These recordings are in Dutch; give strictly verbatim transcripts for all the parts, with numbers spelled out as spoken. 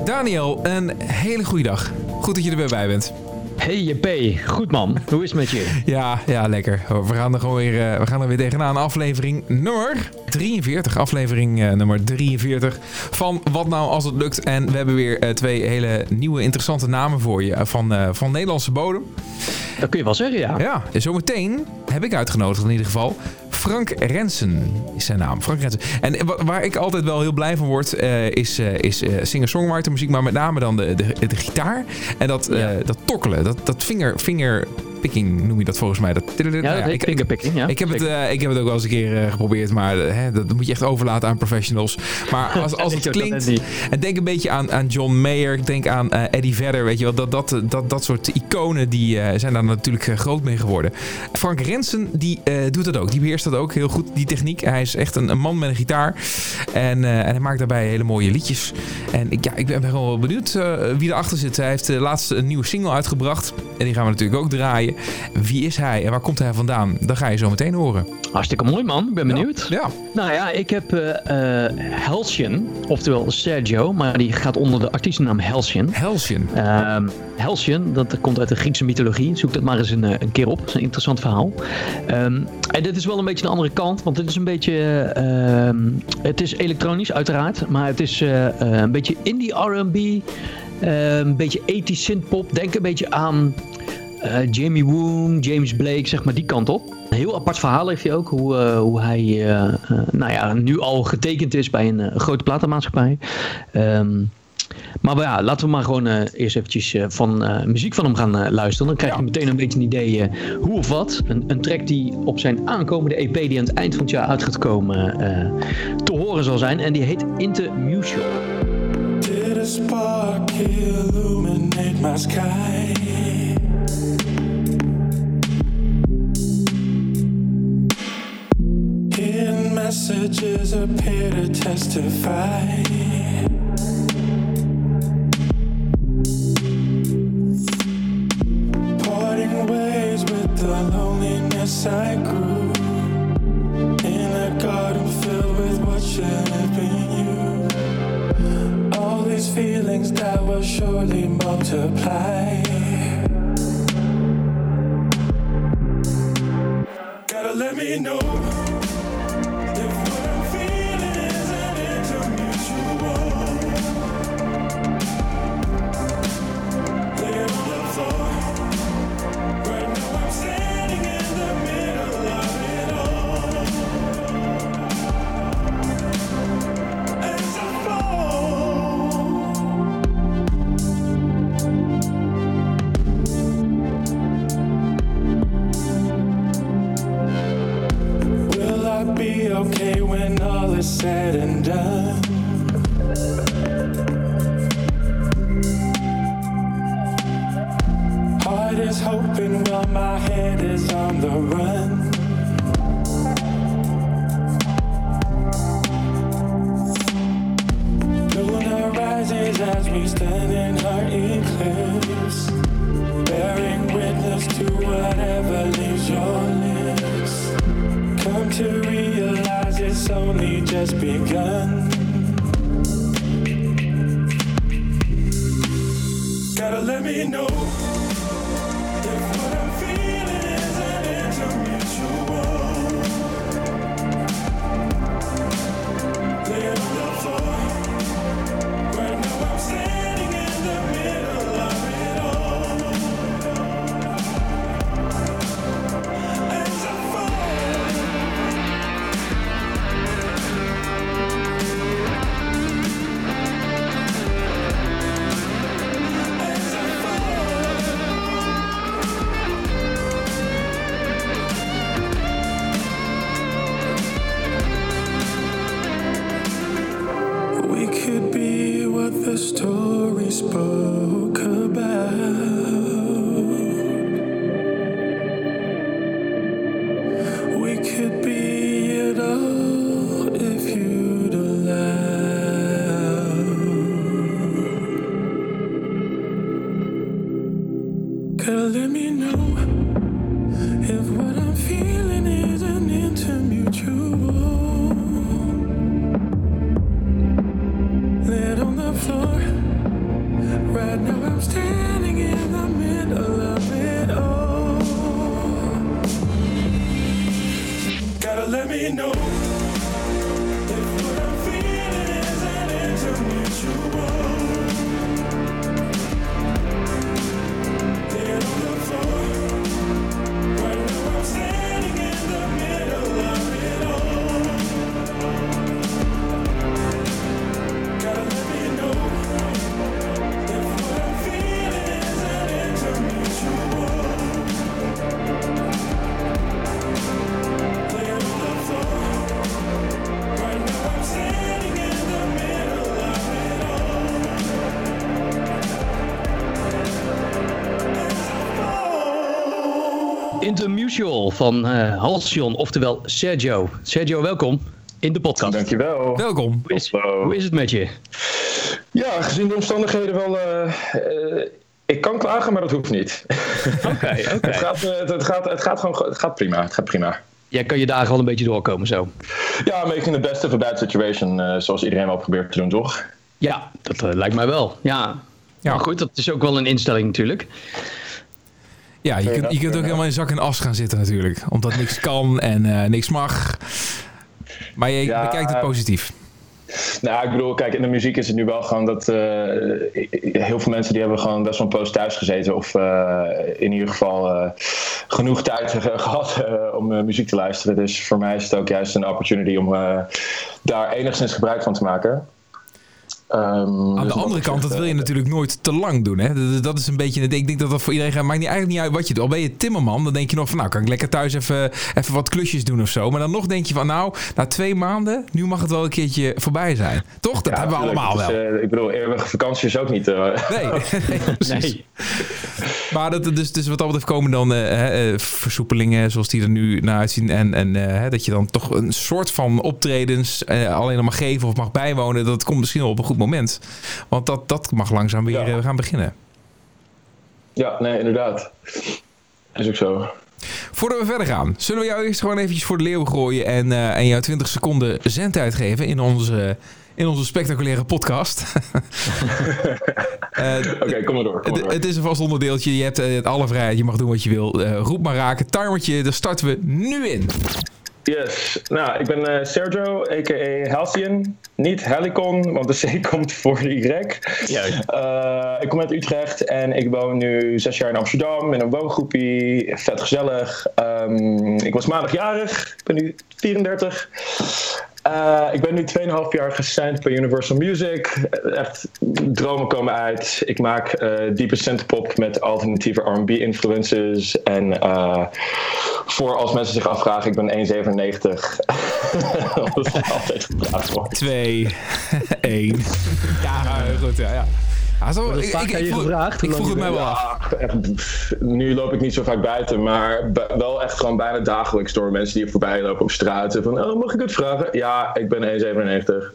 Daniel, een hele goede dag. Goed dat je er weer bij bent. Hey J P, goed man. Hoe is het met je? Ja, ja, lekker. We gaan er gewoon weer, uh, we gaan er weer tegenaan. Aflevering nummer drieënveertig. Aflevering uh, nummer drieënveertig van Wat Nou Als Het Lukt. En we hebben weer uh, twee hele nieuwe interessante namen voor je. Uh, van, uh, van Nederlandse bodem. Dat kun je wel zeggen, ja. Ja, zometeen heb ik uitgenodigd in ieder geval. Frank Rensen is zijn naam. Frank Rensen. En waar ik altijd wel heel blij van word, uh, is, uh, is uh, singer-songwriter muziek, maar met name dan de, de, de gitaar. En dat, uh, ja. dat tokkelen, dat, dat vinger, vingerpicking noem je dat volgens mij. Dat, ja, dat ja, heet fingerpicking, ja. Ik heb, het, uh, ik heb het ook wel eens een keer uh, geprobeerd, maar uh, hè, dat moet je echt overlaten aan professionals. Maar als, als het klinkt, en denk een beetje aan, aan John Mayer, denk aan uh, Eddie Vedder, weet je wel. Dat, dat, dat, dat soort iconen, die uh, zijn daar natuurlijk uh, groot mee geworden. Frank Rensen, die uh, doet dat ook. Die beheerst dat ook heel goed, die techniek. Hij is echt een, een man met een gitaar. En, uh, en hij maakt daarbij hele mooie liedjes. En ik, ja, ik ben gewoon wel benieuwd uh, wie erachter zit. Hij heeft uh, laatst een nieuwe single uitgebracht. En die gaan we natuurlijk ook draaien. Wie is hij en waar komt hij vandaan? Dat ga je zo meteen horen. Hartstikke mooi man, ik ben benieuwd. Ja. ja. Nou ja, ik heb uh, uh, Halcyon, oftewel Sergio, maar die gaat onder de artiestennaam Halcyon. Halcyon. Uh, Halcyon, dat komt uit de Griekse mythologie. Zoek dat maar eens een, een keer op. Dat is een interessant verhaal. Um, en dit is wel een beetje een andere kant, want dit is een beetje... Uh, het is elektronisch, uiteraard, maar het is uh, uh, een beetje indie R en B, uh, een beetje ethisch synthpop. Denk een beetje aan uh, Jamie Woon, James Blake, zeg maar die kant op. Een heel apart verhaal heeft hij ook, hoe, uh, hoe hij uh, uh, nou ja, nu al getekend is bij een, uh, een grote platenmaatschappij. Um, Maar ja, laten we maar gewoon uh, eerst eventjes uh, van uh, muziek van hem gaan uh, luisteren. Dan krijg je ja. meteen een beetje een idee uh, hoe of wat. Een, een track die op zijn aankomende E P die aan het eind van het jaar uit gaat komen uh, te horen zal zijn. En die heet Intermutual. Did a spark illuminate my sky? Hidden messages appear to testify. The loneliness I grew in a garden filled with what should have been you. All these feelings that will surely multiply. Gotta let me know. Okay, when all is said and done. Heart is hoping while my head is on the run. Luna rises as we stand in her eclipse, bearing witness to whatever leaves your lips. Come to realize it's only just begun. Gotta let me know if what I'm feeling is an intermutual. Lay it on the floor. Right now I'm standing in the middle of it all. As I fall. The story spoke about. We could be it all if you'd allow. Gotta let me know if what I'm feeling is an intermutual. Lay it on the floor. I'm standing in the middle of it all. Gotta let me know if what I'm feeling isn't intermutual. Laying on the floor, right now I'm standing in the middle of it all. Gotta let me know if what I'm feeling isn't intermutual. Laying on the floor, right now I'm standing in the middle of it all. Intermutual van uh, Halcyon, oftewel Sergio. Sergio, welkom in de podcast. Dankjewel. Welkom. Hoe is, Hallo. hoe is het met je? Ja, gezien de omstandigheden wel... Uh, uh, ik kan klagen, maar dat hoeft niet. Oké, oké. Het gaat, uh, het, het gaat, het gaat gewoon het gaat prima. Het gaat prima. Jij kan je dagen al een beetje doorkomen zo. Ja, making the best of a bad situation. Uh, zoals iedereen wel probeert te doen, toch? Ja, dat uh, lijkt mij wel. Ja. Ja. Maar goed, dat is ook wel een instelling natuurlijk. Ja, je kunt, je kunt ook helemaal in zak en as gaan zitten natuurlijk. Omdat niks kan en uh, niks mag. Maar je Ja, bekijkt het positief. Nou, ik bedoel, kijk, in de muziek is het nu wel gewoon dat... Uh, heel veel mensen die hebben gewoon best wel een poos thuis gezeten. Of uh, in ieder geval uh, genoeg tijd gehad uh, om uh, muziek te luisteren. Dus voor mij is het ook juist een opportunity om uh, daar enigszins gebruik van te maken. Um, Aan dus de andere kant, dat wil je natuurlijk nooit te lang doen. Hè? Dat, dat is een beetje... Ik denk dat dat voor iedereen gaat. Maakt niet, eigenlijk niet uit wat je doet. Al ben je timmerman, dan denk je nog van... Nou, kan ik lekker thuis even, even wat klusjes doen of zo. Maar dan nog denk je van... Nou, na twee maanden, nu mag het wel een keertje voorbij zijn. Toch? Dat ja, hebben we allemaal is, wel. Uh, ik bedoel, eeuwige vakantie is ook niet... Uh... Nee, nee, precies. Nee. Maar dat, dus, dus wat dat betreft komen dan uh, uh, versoepelingen zoals die er nu naar uitzien. En, en uh, dat je dan toch een soort van optredens uh, alleen nog mag geven of mag bijwonen. Dat komt misschien wel op een goed moment. Want dat, dat mag langzaam weer ja. gaan beginnen. Ja, nee, inderdaad. Is ook zo. Voordat we verder gaan, zullen we jou eerst gewoon eventjes voor de leeuw gooien en, uh, en jou twintig seconden zendtijd geven in onze, in onze spectaculaire podcast. uh, Oké, okay, kom maar door. Kom maar door. Het is een vast onderdeeltje. Je hebt uh, alle vrijheid. Je mag doen wat je wil. Uh, roep maar raken. Timertje. Daar starten we nu in. Yes. Nou, ik ben uh, Sergio, a k a. Halcyon. Niet Helicon, want de C komt voor de Y. Uh, ik kom uit Utrecht en ik woon nu zes jaar in Amsterdam in een woongroepie. Vet gezellig. Um, ik was maandag jarig. Ik ben nu vierendertig. Uh, ik ben nu twee komma vijf jaar gesigned bij Universal Music. Echt dromen komen uit. Ik maak uh, diepe synthpop met alternatieve R en B influences. En uh, voor als mensen zich afvragen, ik ben één komma zevenennegentig. Dat is altijd gevraagd wordt. Twee, één. Ja, goed. Ja, ja. Ah, zo, ik, ik, ik, vroeg, gevraagd, ik vroeg het mij wel af. Ja, echt, nu loop ik niet zo vaak buiten, maar b- wel echt gewoon bijna dagelijks door mensen die er voorbij lopen op straat. Van, oh, mag ik het vragen? Ja, ik ben één komma zevenennegentig.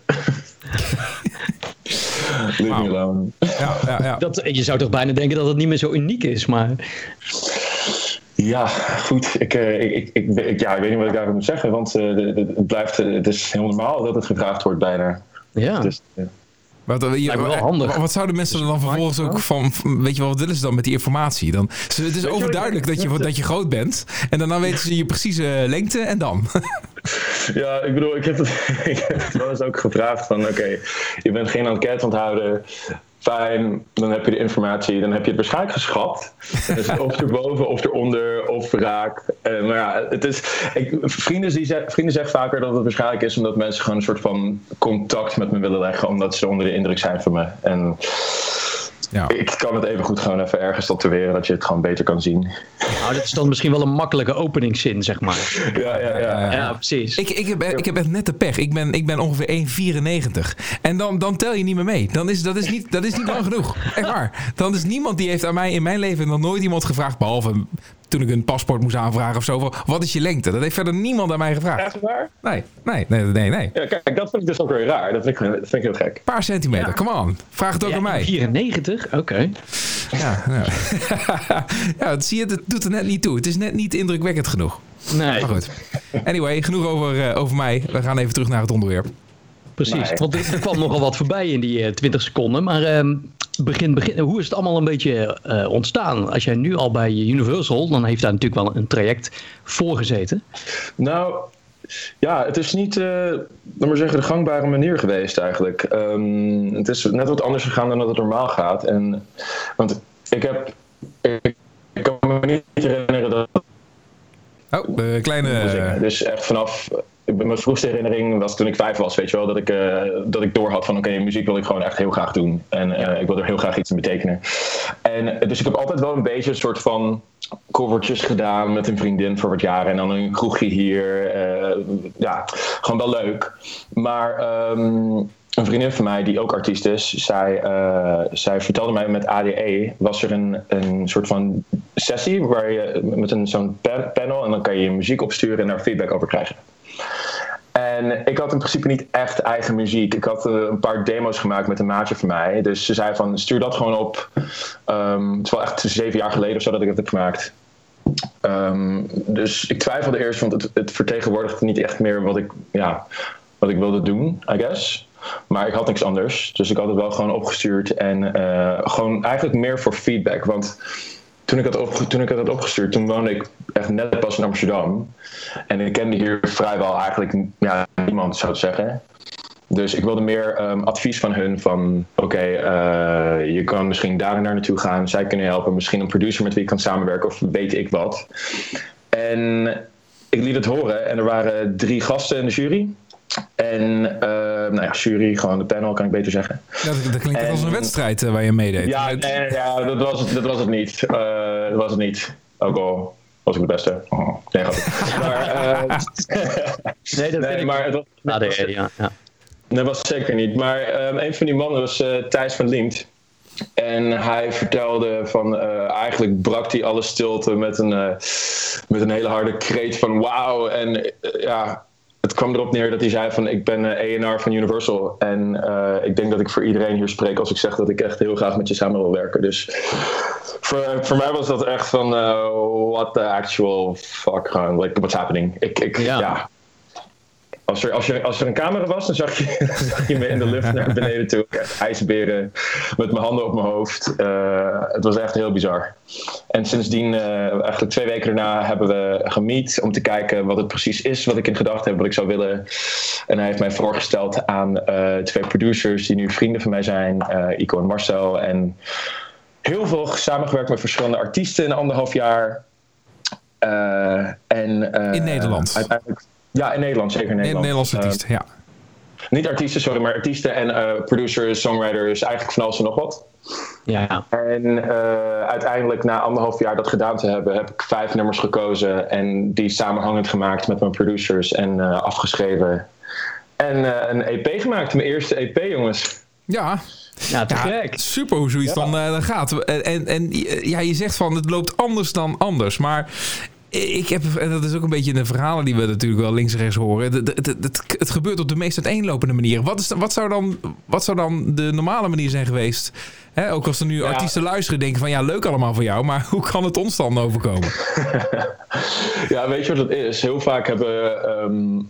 Leave wow. me alone. Ja, ja, ja. Dat, je zou toch bijna denken dat het niet meer zo uniek is, maar... Ja, goed. Ik, uh, ik, ik, ik, ja, ik weet niet wat ik daarover moet zeggen, want uh, het, blijft, uh, het is heel normaal dat het gevraagd wordt bijna. Ja. Dus, uh, Wat, je, wel handig. Wat zouden mensen er dan vervolgens ook van... Weet je wel, wat willen ze dan met die informatie? Dan, het is overduidelijk dat je, dat je groot bent. En daarna weten ze je precieze lengte en dan. Ja, ik bedoel, ik heb het, ik heb het wel eens ook gevraagd van... Oké, okay, je bent geen enquête onthouder. Fijn, dan heb je de informatie. Dan heb je het waarschijnlijk geschat. Dus of erboven, of eronder, of raak. Uh, maar ja, het is... Ik, vrienden, die zeg, vrienden zeggen vaker dat het waarschijnlijk is... omdat mensen gewoon een soort van contact met me willen leggen... omdat ze onder de indruk zijn van me. En ja. Ik kan het even goed gewoon even ergens tatoeëren... dat je het gewoon beter kan zien. Nou, dit is dan misschien wel een makkelijke openingszin, zeg maar. Ja, ja, ja. ja. ja precies. Ik, ik, heb, ik heb echt net de pech. Ik ben, ik ben ongeveer één komma vierennegentig. En dan, dan tel je niet meer mee. Dan is, dat, is niet, dat is niet lang genoeg. Echt waar. Dan is niemand die heeft aan mij in mijn leven nog nooit iemand gevraagd... behalve toen ik een paspoort moest aanvragen of zo... wat is je lengte? Dat heeft verder niemand aan mij gevraagd. Echt waar? Nee, nee, nee, nee. nee. Ja, kijk, dat vind ik dus ook weer raar. Dat vind ik, dat vind ik heel gek. Een paar centimeter, ja. Come on. Vraag het ook ja, aan mij. vierennegentig? Oké. Okay. Ja, ja. ja, dat zie je, het doet er net niet toe. Het is net niet indrukwekkend genoeg. Nee. Maar goed. Anyway, genoeg over, uh, over mij. We gaan even terug naar het onderwerp. Precies, nee. Want er kwam nogal wat voorbij in die uh, twintig seconden. Maar uh, begin, begin, hoe is het allemaal een beetje uh, ontstaan? Als jij nu al bij Universal, dan heeft daar natuurlijk wel een traject voor gezeten. Nou, ja, het is niet, uh, laat maar zeggen, de gangbare manier geweest eigenlijk. Um, het is net wat anders gegaan dan dat het normaal gaat. En, want ik heb, ik, ik kan me niet herinneren dat... Oh, de kleine... Dus echt vanaf... Mijn vroegste herinnering was toen ik vijf was, weet je wel, dat ik, uh, dat ik doorhad van oké, okay, muziek wil ik gewoon echt heel graag doen. En uh, ik wil er heel graag iets in betekenen. En dus ik heb altijd wel een beetje een soort van covertjes gedaan met een vriendin voor wat jaren. En dan een kroegje hier. Uh, ja, gewoon wel leuk. Maar um, een vriendin van mij die ook artiest is, zij, uh, zij vertelde mij met A D E was er een, een soort van sessie waar je met een, zo'n panel en dan kan je je muziek opsturen en daar feedback over krijgen. En ik had in principe niet echt eigen muziek. Ik had uh, een paar demo's gemaakt met een maatje van mij. Dus ze zei van, stuur dat gewoon op. Um, het is wel echt zeven jaar geleden of zo dat ik het heb gemaakt. Um, dus ik twijfelde eerst, want het, het vertegenwoordigde niet echt meer wat ik, ja, wat ik wilde doen, I guess. Maar ik had niks anders. Dus ik had het wel gewoon opgestuurd. En uh, gewoon eigenlijk meer voor feedback. Want... Toen ik, had opge- toen ik het had opgestuurd, toen woonde ik echt net pas in Amsterdam. En ik kende hier vrijwel eigenlijk ja, niemand, zou ik zeggen. Dus ik wilde meer um, advies van hun van... Oké, okay, uh, je kan misschien daar en daar naartoe gaan. Zij kunnen helpen. Misschien een producer met wie ik kan samenwerken of weet ik wat. En ik liet het horen. En er waren drie gasten in de jury. En, uh, nou ja, jury, gewoon de panel, kan ik beter zeggen. Ja, dat, dat klinkt en, als een wedstrijd uh, waar je meedeed. Ja, nee, ja dat, was het, dat was het niet. Uh, dat was het niet. Ook al was ik de beste. Oh, nee, maar, uh, nee, dat nee, maar het was, A D E, ja, ja. Dat was zeker niet. Maar um, een van die mannen was uh, Thijs van Liemt. En hij vertelde van, uh, eigenlijk brak hij alle stilte met een, uh, met een hele harde kreet van wauw. En uh, ja... Het kwam erop neer dat hij zei van ik ben A en R van Universal. En uh, ik denk dat ik voor iedereen hier spreek als ik zeg dat ik echt heel graag met je samen wil werken. Dus voor, voor mij was dat echt van uh, what the actual fuck, gewoon, like what's happening. Ik, ik, ja. ja. Als er, als, je, als er een camera was, dan zag je, zag je me in de lift naar beneden toe. IJsberen met mijn handen op mijn hoofd. Uh, het was echt heel bizar. En sindsdien, uh, eigenlijk twee weken daarna, hebben we gemeet om te kijken wat het precies is wat ik in gedachten heb, wat ik zou willen. En hij heeft mij voorgesteld aan uh, twee producers die nu vrienden van mij zijn, uh, Ico en Marcel. En heel veel samengewerkt met verschillende artiesten in anderhalf jaar. Uh, en, uh, in Nederland? Uiteindelijk... Ja, in Nederland, zeker in Nederland. Nederlandse artiesten, uh, ja. Niet artiesten, sorry, maar artiesten en uh, producers, songwriters, eigenlijk van alles en nog wat. Ja. En uh, uiteindelijk, na anderhalf jaar dat gedaan te hebben, heb ik vijf nummers gekozen en die samenhangend gemaakt met mijn producers en uh, afgeschreven. En uh, een E P gemaakt, mijn eerste E P, jongens. Ja. Ja, te ja, gek. Super hoe zoiets ja. dan, uh, dan gaat. En, en, en ja, je zegt van het loopt anders dan anders, maar... Ik heb, en dat is ook een beetje in de verhalen die we natuurlijk wel links en rechts horen. Het, het, het, het gebeurt op de meest uiteenlopende manier. Wat, is, wat, zou dan, wat zou dan de normale manier zijn geweest? He, ook als er nu ja. artiesten luisteren denken van ja, leuk allemaal van jou, maar hoe kan het ons dan overkomen? Ja, weet je wat het is? Heel vaak hebben... Um,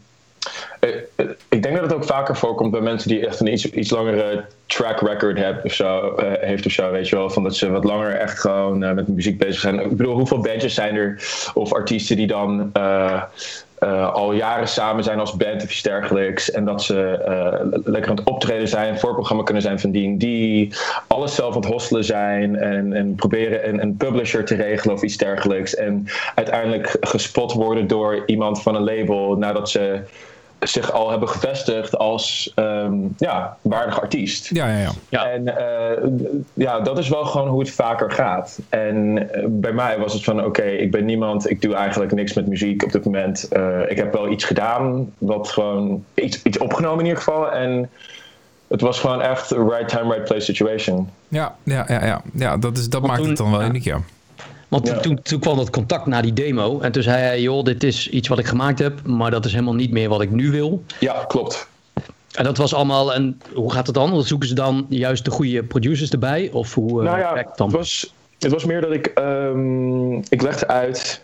ik denk dat het ook vaker voorkomt bij mensen die echt een iets, iets langere track record hebben of zo, uh, heeft of zo, weet je wel. Van dat ze wat langer echt gewoon uh, met muziek bezig zijn. Ik bedoel, hoeveel bandjes zijn er of artiesten die dan uh, uh, al jaren samen zijn als band of iets dergelijks. En dat ze uh, lekker aan het optreden zijn, een voorprogramma kunnen zijn van die en die. Alles zelf aan het hostelen zijn en, en proberen een, een publisher te regelen of iets dergelijks. En uiteindelijk gespot worden door iemand van een label nadat ze... zich al hebben gevestigd als um, ja, waardig artiest. Ja, ja, ja. ja. En uh, ja, dat is wel gewoon hoe het vaker gaat. En uh, bij mij was het van oké, okay, ik ben niemand, ik doe eigenlijk niks met muziek op dit moment. Uh, ik heb wel iets gedaan, wat gewoon iets, iets opgenomen in ieder geval. En het was gewoon echt een right time, right place situation. Ja, ja, ja, ja. ja dat, is, dat maakt toen, het dan wel ja. uniek, ja. Want ja. toen, toen kwam dat contact na die demo. En toen zei hij, joh, dit is iets wat ik gemaakt heb, maar dat is helemaal niet meer wat ik nu wil. Ja, klopt. En dat was allemaal, en hoe gaat het dan? Zoeken ze dan juist de goede producers erbij? Of hoe nou ja, werkt het dan? Het was, het was meer dat ik, um, ik legde uit...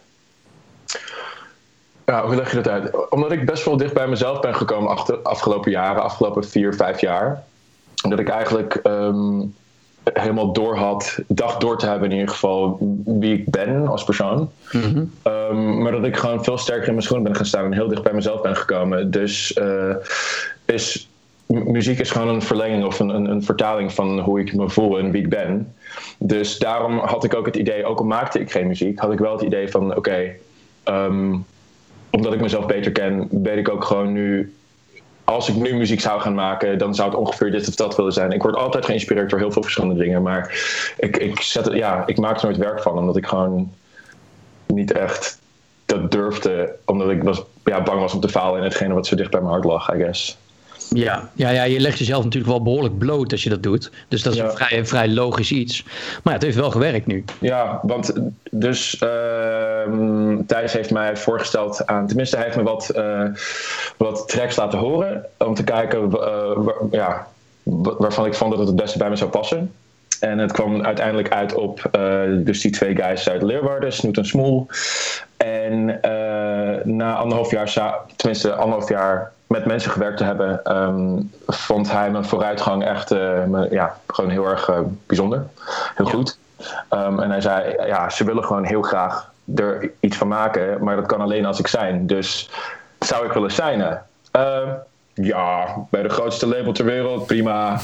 Ja, hoe leg je dat uit? Omdat ik best wel dicht bij mezelf ben gekomen achter, afgelopen jaren, afgelopen vier, vijf jaar. Dat ik eigenlijk... Um, helemaal door had, dacht door te hebben in ieder geval wie ik ben als persoon. Mm-hmm. Um, maar dat ik gewoon veel sterker in mijn schoenen ben gaan staan en heel dicht bij mezelf ben gekomen. Dus uh, is, m- muziek is gewoon een verlenging of een, een, een vertaling van hoe ik me voel en wie ik ben. Dus daarom had ik ook het idee, ook al maakte ik geen muziek, had ik wel het idee van oké, okay, um, omdat ik mezelf beter ken, weet ik ook gewoon nu, als ik nu muziek zou gaan maken, dan zou het ongeveer dit of dat willen zijn. Ik word altijd geïnspireerd door heel veel verschillende dingen, maar ik, ik, zet het, ja, ik maak er nooit werk van, omdat ik gewoon niet echt dat durfde, omdat ik was, ja, bang was om te falen in hetgene wat zo dicht bij mijn hart lag, I guess. Ja, ja, ja, je legt jezelf natuurlijk wel behoorlijk bloot als je dat doet. Dus dat is ja. een vrij, vrij logisch iets. Maar ja, het heeft wel gewerkt nu. Ja, want dus uh, Thijs heeft mij voorgesteld aan... Tenminste, hij heeft me wat, uh, wat tracks laten horen. Om te kijken uh, waar, ja, waarvan ik vond dat het het beste bij me zou passen. En het kwam uiteindelijk uit op uh, dus die twee guys uit Leeuwarden, Snoet en Smoel. En uh, na anderhalf jaar, sa- tenminste anderhalf jaar... met mensen gewerkt te hebben, um, vond hij mijn vooruitgang echt uh, me, ja, gewoon heel erg uh, bijzonder. Heel ja. goed. Um, en hij zei, ja, ze willen gewoon heel graag er iets van maken, maar dat kan alleen als ik sign. Dus zou ik willen signen? Uh, ja, bij de grootste label ter wereld, prima.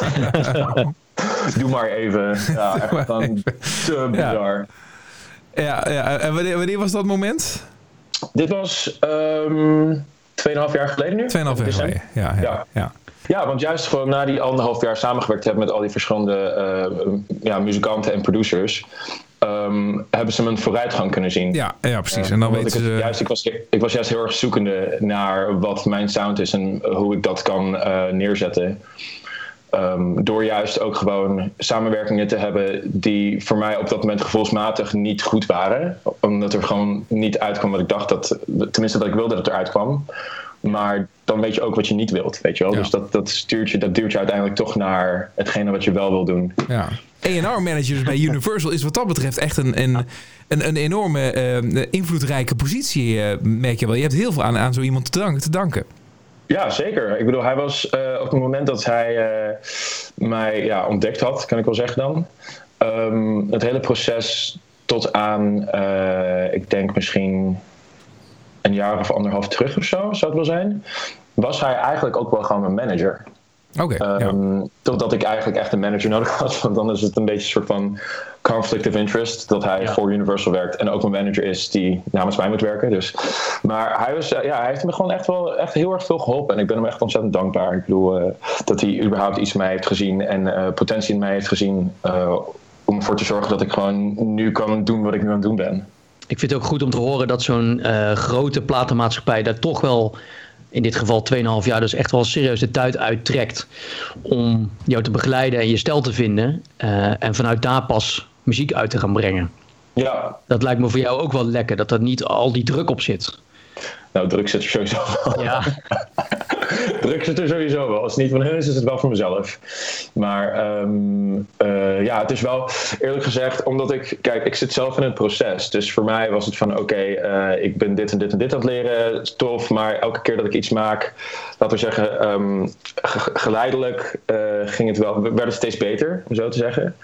Doe maar even. Ja, echt dan te bizar. Ja, ja. En wanneer, wanneer was dat moment? Dit was... Um, Tweeënhalf jaar geleden nu? Tweeënhalf jaar geleden, ja, ja, ja. ja. Ja, want juist gewoon na die anderhalf jaar samengewerkt hebben met al die verschillende uh, ja, muzikanten en producers, um, hebben ze mijn vooruitgang kunnen zien. Ja, ja precies. Uh, en dan weten ik, ze... juist, ik, was, ik was juist heel erg zoekende naar wat mijn sound is en hoe ik dat kan uh, neerzetten. Um, door juist ook gewoon samenwerkingen te hebben die voor mij op dat moment gevoelsmatig niet goed waren. Omdat er gewoon niet uitkwam wat ik dacht dat, tenminste dat ik wilde dat er uitkwam. Maar dan weet je ook wat je niet wilt, weet je wel. Ja. Dus dat, dat stuurt je, dat duurt je uiteindelijk toch naar hetgene wat je wel wil doen. Ja. A en R manager bij Universal is wat dat betreft echt een, een, een, een enorme uh, invloedrijke positie, uh, merk je wel. Je hebt heel veel aan, aan zo iemand te danken. Te danken. Ja, zeker. Ik bedoel, hij was uh, op het moment dat hij uh, mij ja, ontdekt had, kan ik wel zeggen dan. Um, het hele proces tot aan, uh, ik denk misschien een jaar of anderhalf terug of zo, zou het wel zijn, was hij eigenlijk ook wel gewoon mijn manager. Oké. Okay, um, ja. Totdat ik eigenlijk echt een manager nodig had, want dan is het een beetje een soort van conflict of interest dat hij ja. voor Universal werkt en ook een manager is die namens mij moet werken. Dus. Maar hij, was, uh, ja, hij heeft me gewoon echt wel echt heel erg veel geholpen en ik ben hem echt ontzettend dankbaar. Ik bedoel, uh, dat hij überhaupt iets in mij heeft gezien en uh, potentie in mij heeft gezien uh, om ervoor te zorgen dat ik gewoon nu kan doen wat ik nu aan het doen ben. Ik vind het ook goed om te horen dat zo'n uh, grote platenmaatschappij daar toch wel, in dit geval tweeënhalf jaar, dus echt wel serieus de tijd uittrekt om jou te begeleiden en je stijl te vinden. Uh, en vanuit daar pas muziek uit te gaan brengen. Ja. Dat lijkt me voor jou ook wel lekker, dat er niet al die druk op zit. Nou, druk zit er sowieso wel. Ja. Druk zit er sowieso wel. Als het niet van hun is, is het wel voor mezelf. Maar um, uh, ja, het is wel, eerlijk gezegd, omdat ik... Kijk, ik zit zelf in het proces. Dus voor mij was het van, oké, okay, uh, ik ben dit en dit en dit aan het leren. Tof, maar elke keer dat ik iets maak, laten we zeggen, um, ge- geleidelijk uh, ging het wel, werd het steeds beter, om zo te zeggen.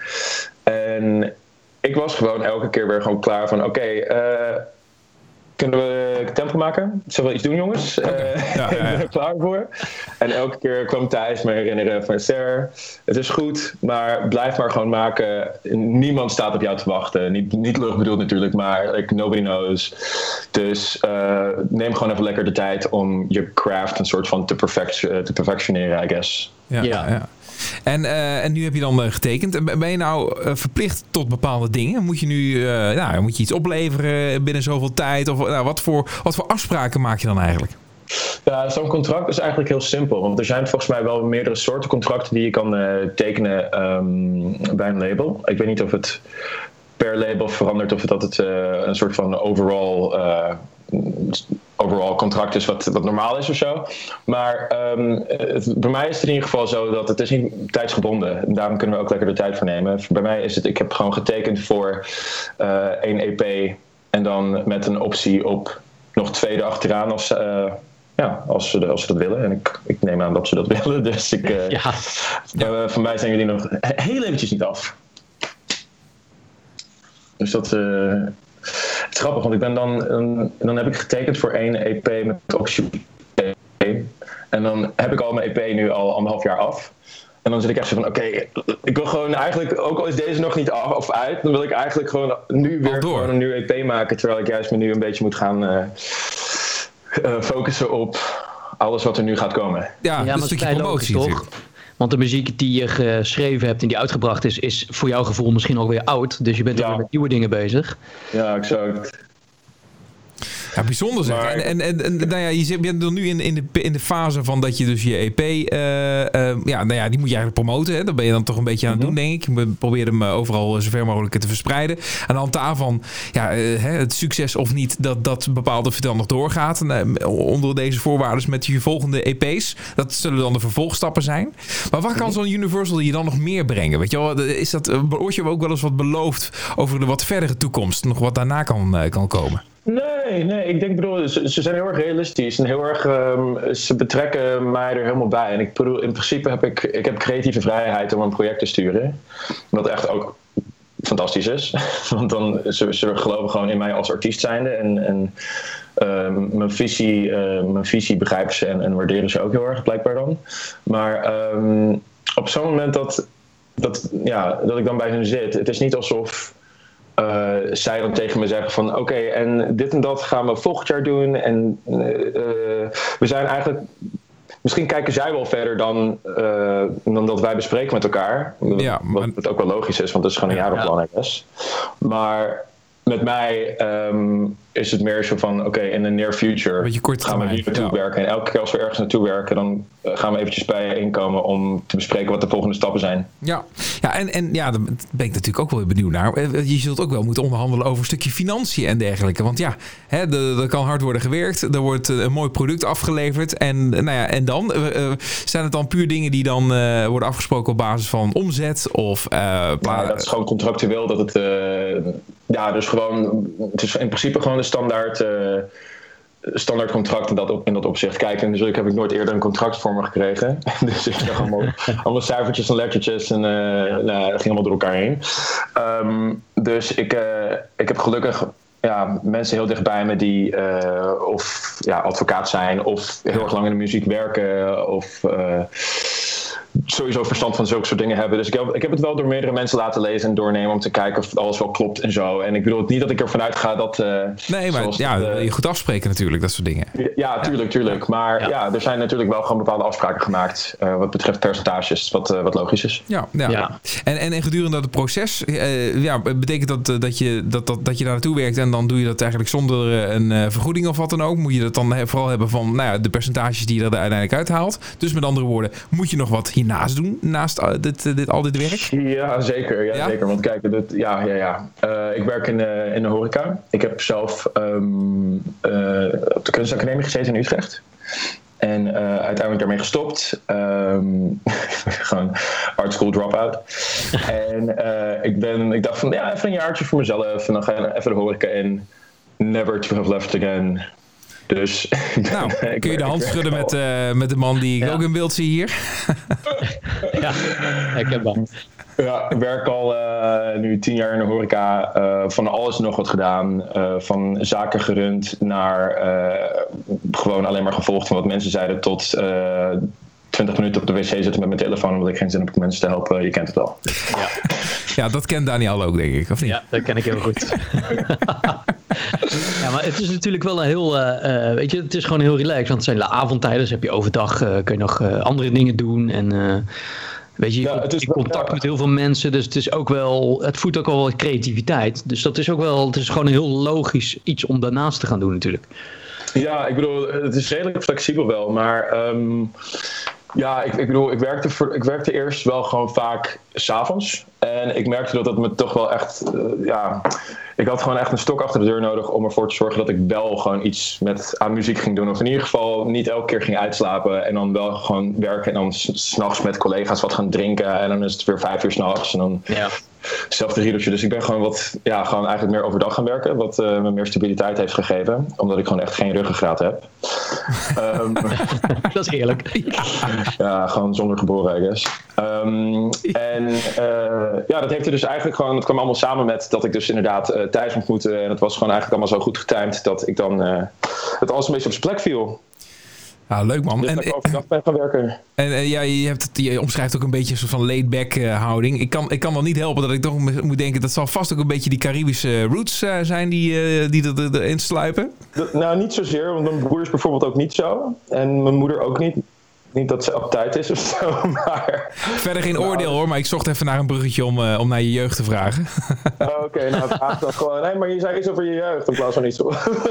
En ik was gewoon elke keer weer gewoon klaar van, oké, okay, uh, kunnen we tempo maken? Zullen we iets doen, jongens? Okay. Uh, ja, ja, ja. Ik ben er klaar voor. En elke keer kwam Thijs me herinneren van Ser, het is goed, maar blijf maar gewoon maken. Niemand staat op jou te wachten. Niet, niet lucht bedoeld natuurlijk, maar like, nobody knows. Dus uh, neem gewoon even lekker de tijd om je craft een soort van te, perfect, te perfectioneren, I guess. Ja, ja. ja. En, uh, en nu heb je dan uh, getekend. Ben je nou uh, verplicht tot bepaalde dingen? Moet je nu uh, nou, moet je iets opleveren binnen zoveel tijd? Of nou, wat, voor, wat voor afspraken maak je dan eigenlijk? Ja, zo'n contract is eigenlijk heel simpel. Want er zijn volgens mij wel meerdere soorten contracten die je kan uh, tekenen um, bij een label. Ik weet niet of het per label verandert of het dat het uh, een soort van overall... Uh, overal contract is wat, wat normaal is of zo. Maar um, het, bij mij is het in ieder geval zo dat het is niet tijdsgebonden. En daarom kunnen we ook lekker de tijd voor nemen. Bij mij is het, ik heb gewoon getekend voor uh, één E P en dan met een optie op nog twee erachteraan. Of, uh, ja, als ze, als ze dat willen. En ik, ik neem aan dat ze dat willen. Dus ik, uh, ja. uh, voor mij zijn jullie nog heel eventjes niet af. Dus dat uh, het is grappig, want ik ben dan, um, dan heb ik getekend voor één E P met Oxy. En dan heb ik al mijn E P nu al anderhalf jaar af. En dan zit ik echt zo van, oké, okay, ik wil gewoon eigenlijk, ook al is deze nog niet af of uit, dan wil ik eigenlijk gewoon nu weer gewoon een nieuw E P maken. Terwijl ik juist me nu een beetje moet gaan uh, uh, focussen op alles wat er nu gaat komen. Ja, ja, een stukje promotie toch? Want de muziek die je geschreven hebt en die uitgebracht is, is voor jouw gevoel misschien ook weer oud. Dus je bent ja. ook weer met nieuwe dingen bezig. Ja, exact. Ja, bijzonder zeg. Maar... En, en, en, en nou ja, je bent dan nu in, in, de, in de fase van dat je dus je E P... Uh, uh, ja, nou ja, die moet je eigenlijk promoten. Hè? Dat ben je dan toch een beetje aan het mm-hmm. doen, denk ik. Je probeert hem overal zover mogelijk te verspreiden. Aan de hand daarvan, ja, uh, het succes of niet, dat, dat bepaalde vertel nog doorgaat. En, uh, onder deze voorwaarden met je volgende E P's. Dat zullen dan de vervolgstappen zijn. Maar wat kan zo'n Universal je dan nog meer brengen? Weet je wel, is dat, word je ook wel eens wat beloofd over de wat verdere toekomst? Nog wat daarna kan, uh, kan komen? Nee, nee, ik denk, bedoel, ze, ze zijn heel erg realistisch en heel erg, um, ze betrekken mij er helemaal bij. En ik bedoel, in principe heb ik, ik heb creatieve vrijheid om een project te sturen. Wat echt ook fantastisch is. Want dan, ze, ze geloven gewoon in mij als artiest zijnde. En, en um, mijn, visie, uh, mijn visie begrijpen ze en, en waarderen ze ook heel erg, blijkbaar dan. Maar um, op zo'n moment dat, dat, ja, dat ik dan bij hun zit, het is niet alsof... Uh, zij dan tegen me zeggen van oké, okay, en dit en dat gaan we volgend jaar doen. En uh, we zijn eigenlijk... Misschien kijken zij wel verder dan, uh, dan dat wij bespreken met elkaar. Ja, maar... Wat ook wel logisch is, want het is gewoon een jarenplan, I guess. Maar met mij um, is het meer zo van oké, okay, in de near future gaan we hier naartoe ja. werken. En elke keer als we ergens naartoe werken, dan gaan we eventjes bijeenkomen om te bespreken wat de volgende stappen zijn. Ja, ja en, en ja, daar ben ik natuurlijk ook wel benieuwd naar. Je zult ook wel moeten onderhandelen over een stukje financiën en dergelijke. Want ja, hè, er kan hard worden gewerkt. Er wordt een mooi product afgeleverd. En, nou ja, en dan? Uh, zijn het dan puur dingen die dan uh, worden afgesproken op basis van omzet? Of, uh, ja, dat is gewoon contractueel. Dat het, uh, ja, dus gewoon, het is in principe gewoon de standaard... Uh, standaard contract in dat, op, in dat opzicht. Kijk, en natuurlijk heb ik nooit eerder een contract voor me gekregen. Dus ik zag allemaal, allemaal cijfertjes en lettertjes en uh, nou, dat ging allemaal door elkaar heen. Um, dus ik, uh, ik heb gelukkig ja, mensen heel dichtbij me die uh, of ja, advocaat zijn of heel erg lang in de muziek werken of... Uh, sowieso verstand van zulke soort dingen hebben. Dus ik heb, ik heb het wel door meerdere mensen laten lezen en doornemen om te kijken of alles wel klopt en zo. En ik bedoel het niet dat ik ervan uitga dat... Uh, nee, maar ja, dat, uh, je goed afspreken natuurlijk, dat soort dingen. Ja, tuurlijk, tuurlijk. Maar ja, ja er zijn natuurlijk wel gewoon bepaalde afspraken gemaakt uh, wat betreft percentages, wat, uh, wat logisch is. Ja, ja. ja. En, en, en gedurende het proces, uh, ja, betekent dat, uh, dat, je, dat, dat, dat je daar naartoe werkt en dan doe je dat eigenlijk zonder uh, een uh, vergoeding of wat dan ook? Moet je dat dan vooral hebben van nou ja, de percentages die je er uiteindelijk uithaalt? Dus met andere woorden, moet je nog wat hiernaast doen, naast uh, dit, dit, al dit werk? Ja, zeker. Ja, ja? zeker. Want kijk, dit, ja, ja, ja. Uh, ik werk in, uh, in de horeca. Ik heb zelf um, uh, op de kunstacademie gezeten in Utrecht. En uh, uiteindelijk daarmee gestopt. Um, gewoon art school drop-out. En uh, ik, ben, ik dacht van, ja, even een jaartje voor mezelf. En dan ga je even de horeca in. Never to have left again. Dus, nou, ben, kun je de hand schudden met, uh, met de man die ik ja. ook in beeld zie hier? Ja, ik heb dat. Ja, ik werk al uh, nu tien jaar in de horeca. Uh, van alles nog wat gedaan. Uh, van zaken gerund naar uh, gewoon alleen maar gevolgd van wat mensen zeiden tot... Uh, twintig minuten op de wc zitten met mijn telefoon omdat ik geen zin heb om mensen te helpen. Je kent het al. Ja, ja dat kent Daniel ook, denk ik. Of niet? Ja, dat ken ik heel goed. Ja, maar het is natuurlijk wel een heel... Uh, weet je, het is gewoon heel relaxed. Want het zijn de avondtijden. Dus heb je overdag uh, kun je nog uh, andere dingen doen. En uh, weet je, je ja, komt in contact ja. met heel veel mensen. Dus het is ook wel... Het voedt ook al wat creativiteit. Dus dat is ook wel... Het is gewoon een heel logisch iets om daarnaast te gaan doen natuurlijk. Ja, ik bedoel, het is redelijk flexibel wel. Maar... Um, Ja, ik, ik bedoel, ik werkte, voor, ik werkte eerst wel gewoon vaak 's avonds. En ik merkte dat het me toch wel echt... Uh, ja, ik had gewoon echt een stok achter de deur nodig om ervoor te zorgen dat ik wel gewoon iets met, aan muziek ging doen. Of in ieder geval niet elke keer ging uitslapen. En dan wel gewoon werken en dan 's nachts met collega's wat gaan drinken. En dan is het weer vijf uur 's nachts. En dan... Ja. hetzelfde riedeltje. Dus ik ben gewoon wat, ja, gewoon eigenlijk meer overdag gaan werken. Wat uh, me meer stabiliteit heeft gegeven. Omdat ik gewoon echt geen ruggengraat heb. um, dat is eerlijk. ja, gewoon zonder geboren, I guess. Um, en uh, ja, dat heeft er dus eigenlijk gewoon, het kwam allemaal samen met dat ik dus inderdaad uh, thuis moest moeten. En het was gewoon eigenlijk allemaal zo goed getimed dat ik dan, uh, het alles een beetje op zijn plek viel. Ja, leuk man. Dus en dat ik overdag ben gaan werken. En uh, ja, je, hebt het, je omschrijft ook een beetje een soort van laid-back uh, houding. Ik kan, ik kan wel niet helpen dat ik toch moet denken, dat zal vast ook een beetje die Caribische roots uh, zijn die, uh, die er, erin sluipen. Dat, nou, niet zozeer, want mijn broer is bijvoorbeeld ook niet zo. En mijn moeder ook niet. Niet dat ze uptight is of zo, maar... Verder geen oordeel hoor, maar ik zocht even naar een bruggetje om, uh, om naar je jeugd te vragen. Oh, Oké, okay, nou vraag dan gewoon... Nee, maar je zei iets over je jeugd in plaats van iets...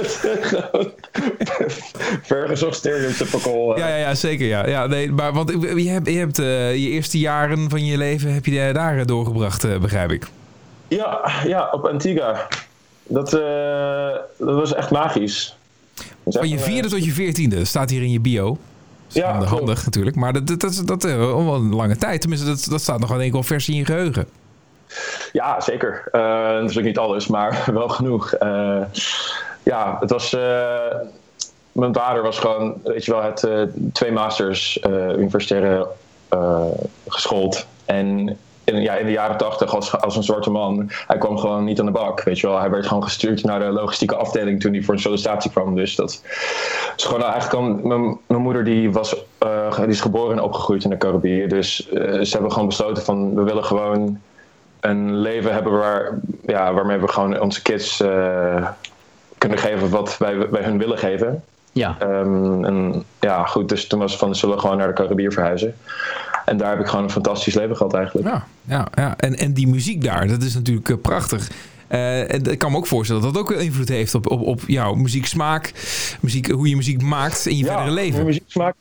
Vergezocht stereotypical... Uh. Ja, ja, ja, zeker ja. ja nee, maar want je hebt, je, hebt uh, je eerste jaren van je leven heb je daar doorgebracht, uh, begrijp ik. Ja, ja, op Antigua. Dat, uh, dat was echt magisch. Van je vierde uh, tot je veertiende, staat hier in je bio. Ja, handig, handig natuurlijk, maar dat, dat, dat, dat is wel een lange tijd. Tenminste, dat, dat staat nog wel enkel vers in je geheugen. Ja, zeker. Uh, dat is ook niet alles, maar wel genoeg. Uh, ja, het was... Uh, mijn vader was gewoon, weet je wel, het uh, twee masters uh, universitaire uh, geschoold. En in, ja, in de jaren tachtig als, als een zwarte man, hij kwam gewoon niet aan de bak, weet je wel. Hij werd gewoon gestuurd naar de logistieke afdeling toen hij voor een sollicitatie kwam. Dus dat is gewoon nou, eigenlijk al, mijn, mijn moeder die was, uh, die is geboren en opgegroeid in de Caribië. Dus uh, ze hebben gewoon besloten van, we willen gewoon een leven hebben waar, ja, waarmee we gewoon onze kids uh, kunnen geven wat wij, wij hun willen geven. Ja. Um, en ja, goed, dus toen was het van, zullen we gewoon naar de Caribië verhuizen. En daar heb ik gewoon een fantastisch leven gehad eigenlijk. Ja, ja, ja. En, en die muziek daar, dat is natuurlijk uh, prachtig. Uh, en ik kan me ook voorstellen dat dat ook invloed heeft op, op, op jouw muzieksmaak, muziek, hoe je muziek maakt in je ja, verdere leven. Ja, muzieksmaak,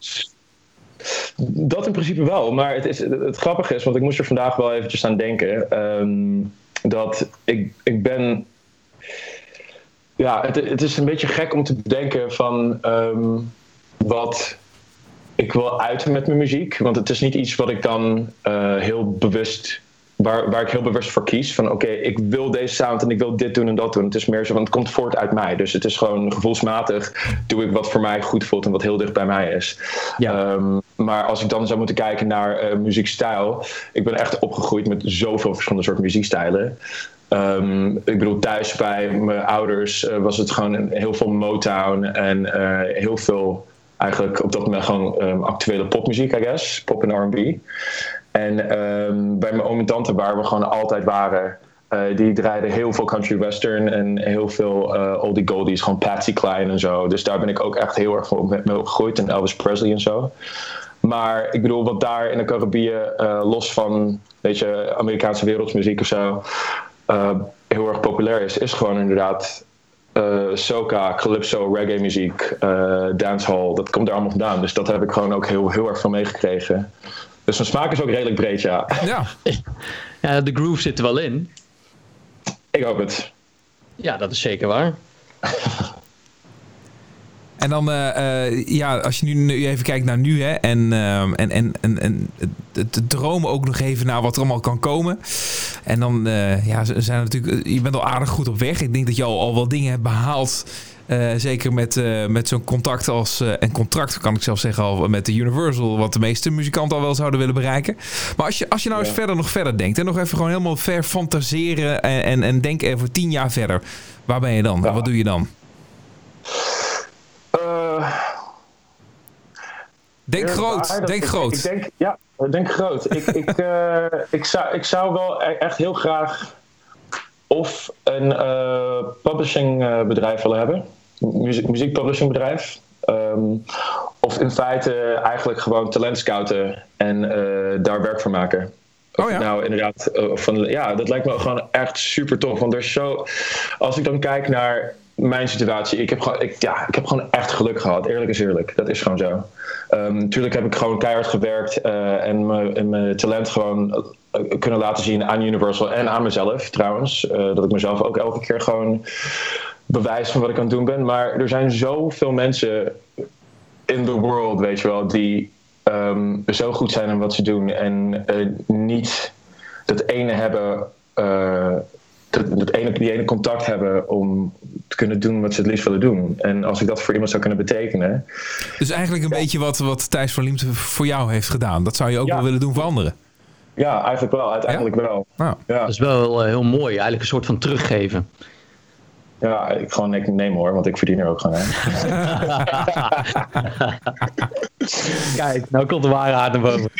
dat in principe wel. Maar het, is, het, het grappige is, want ik moest er vandaag wel eventjes aan denken, um, dat ik, ik ben... Ja, het, het is een beetje gek om te bedenken van um, wat ik wil uiten met mijn muziek. Want het is niet iets wat ik dan uh, heel bewust, waar, waar ik heel bewust voor kies. Van oké, okay, ik wil deze sound en ik wil dit doen en dat doen. Het is meer zo, want het komt voort uit mij. Dus het is gewoon gevoelsmatig doe ik wat voor mij goed voelt en wat heel dicht bij mij is. Ja. Um, maar als ik dan zou moeten kijken naar uh, muziekstijl. Ik ben echt opgegroeid met zoveel verschillende soorten muziekstijlen. Um, ik bedoel, thuis bij mijn ouders uh, was het gewoon een, heel veel Motown en uh, heel veel eigenlijk op dat moment gewoon um, actuele popmuziek, I guess. Pop en R en B. En um, bij mijn oom en tante, waar we gewoon altijd waren, uh, die draaiden heel veel country western en heel veel uh, oldie goldies, gewoon Patsy Cline en zo. Dus daar ben ik ook echt heel erg mee opgegroeid en Elvis Presley en zo. Maar ik bedoel, wat daar in de Caribië, uh, los van, weet je, Amerikaanse wereldmuziek of zo, Uh, heel erg populair is, is gewoon inderdaad uh, soca, calypso, reggae muziek, uh, dancehall, dat komt daar allemaal vandaan. Dus dat heb ik gewoon ook heel, heel erg van meegekregen. Dus mijn smaak is ook redelijk breed, ja. Ja, ja de groove zit er wel in. Ik hoop het. Ja, dat is zeker waar. En dan, uh, uh, ja, als je nu, nu even kijkt naar nu, hè, en, uh, en, en, en, en te dromen ook nog even naar wat er allemaal kan komen. En dan, uh, ja, zijn er natuurlijk, je bent al aardig goed op weg. Ik denk dat je al, al wel dingen hebt behaald. Uh, zeker met, uh, met zo'n contact als, uh, en contract kan ik zelf zeggen al, met de Universal, wat de meeste muzikanten al wel zouden willen bereiken. Maar als je, als je nou ja. eens verder nog verder denkt, en nog even gewoon helemaal ver fantaseren en, en, en denk even tien jaar verder. Waar ben je dan? Ja. Wat doe je dan? Uh, denk groot, denk ik, groot. Ik denk, ja, denk groot. ik, ik, uh, ik, zou, ik zou wel echt heel graag of een uh, publishing uh, bedrijf willen hebben. Muziek, muziekpublishing bedrijf. Um, of in feite eigenlijk gewoon talent scouten en uh, daar werk van maken. Oh ja. Nou, inderdaad. Uh, van, ja, dat lijkt me gewoon echt super tof. Want er is zo... Als ik dan kijk naar mijn situatie, ik heb gewoon, ik, ja, ik heb gewoon echt geluk gehad. Eerlijk is eerlijk. Dat is gewoon zo. Um, natuurlijk heb ik gewoon keihard gewerkt uh, en mijn talent gewoon uh, kunnen laten zien aan Universal en aan mezelf trouwens. Uh, dat ik mezelf ook elke keer gewoon bewijs van wat ik aan het doen ben. Maar er zijn zoveel mensen in the world, weet je wel, die um, zo goed zijn in wat ze doen en uh, niet dat ene hebben uh, dat, dat ene, die ene contact hebben om te kunnen doen wat ze het liefst willen doen. En als ik dat voor iemand zou kunnen betekenen. Dus eigenlijk een ja. beetje wat, wat Thijs van Liemte voor jou heeft gedaan. Dat zou je ook ja. wel willen doen voor anderen. Ja, eigenlijk wel. Uiteindelijk ja? wel. Nou. Ja. Dat is wel uh, heel mooi. Eigenlijk een soort van teruggeven. Ja, ik gewoon ik neem hoor, want ik verdien er ook gewoon aan. Kijk, nou komt de waarheid naar boven.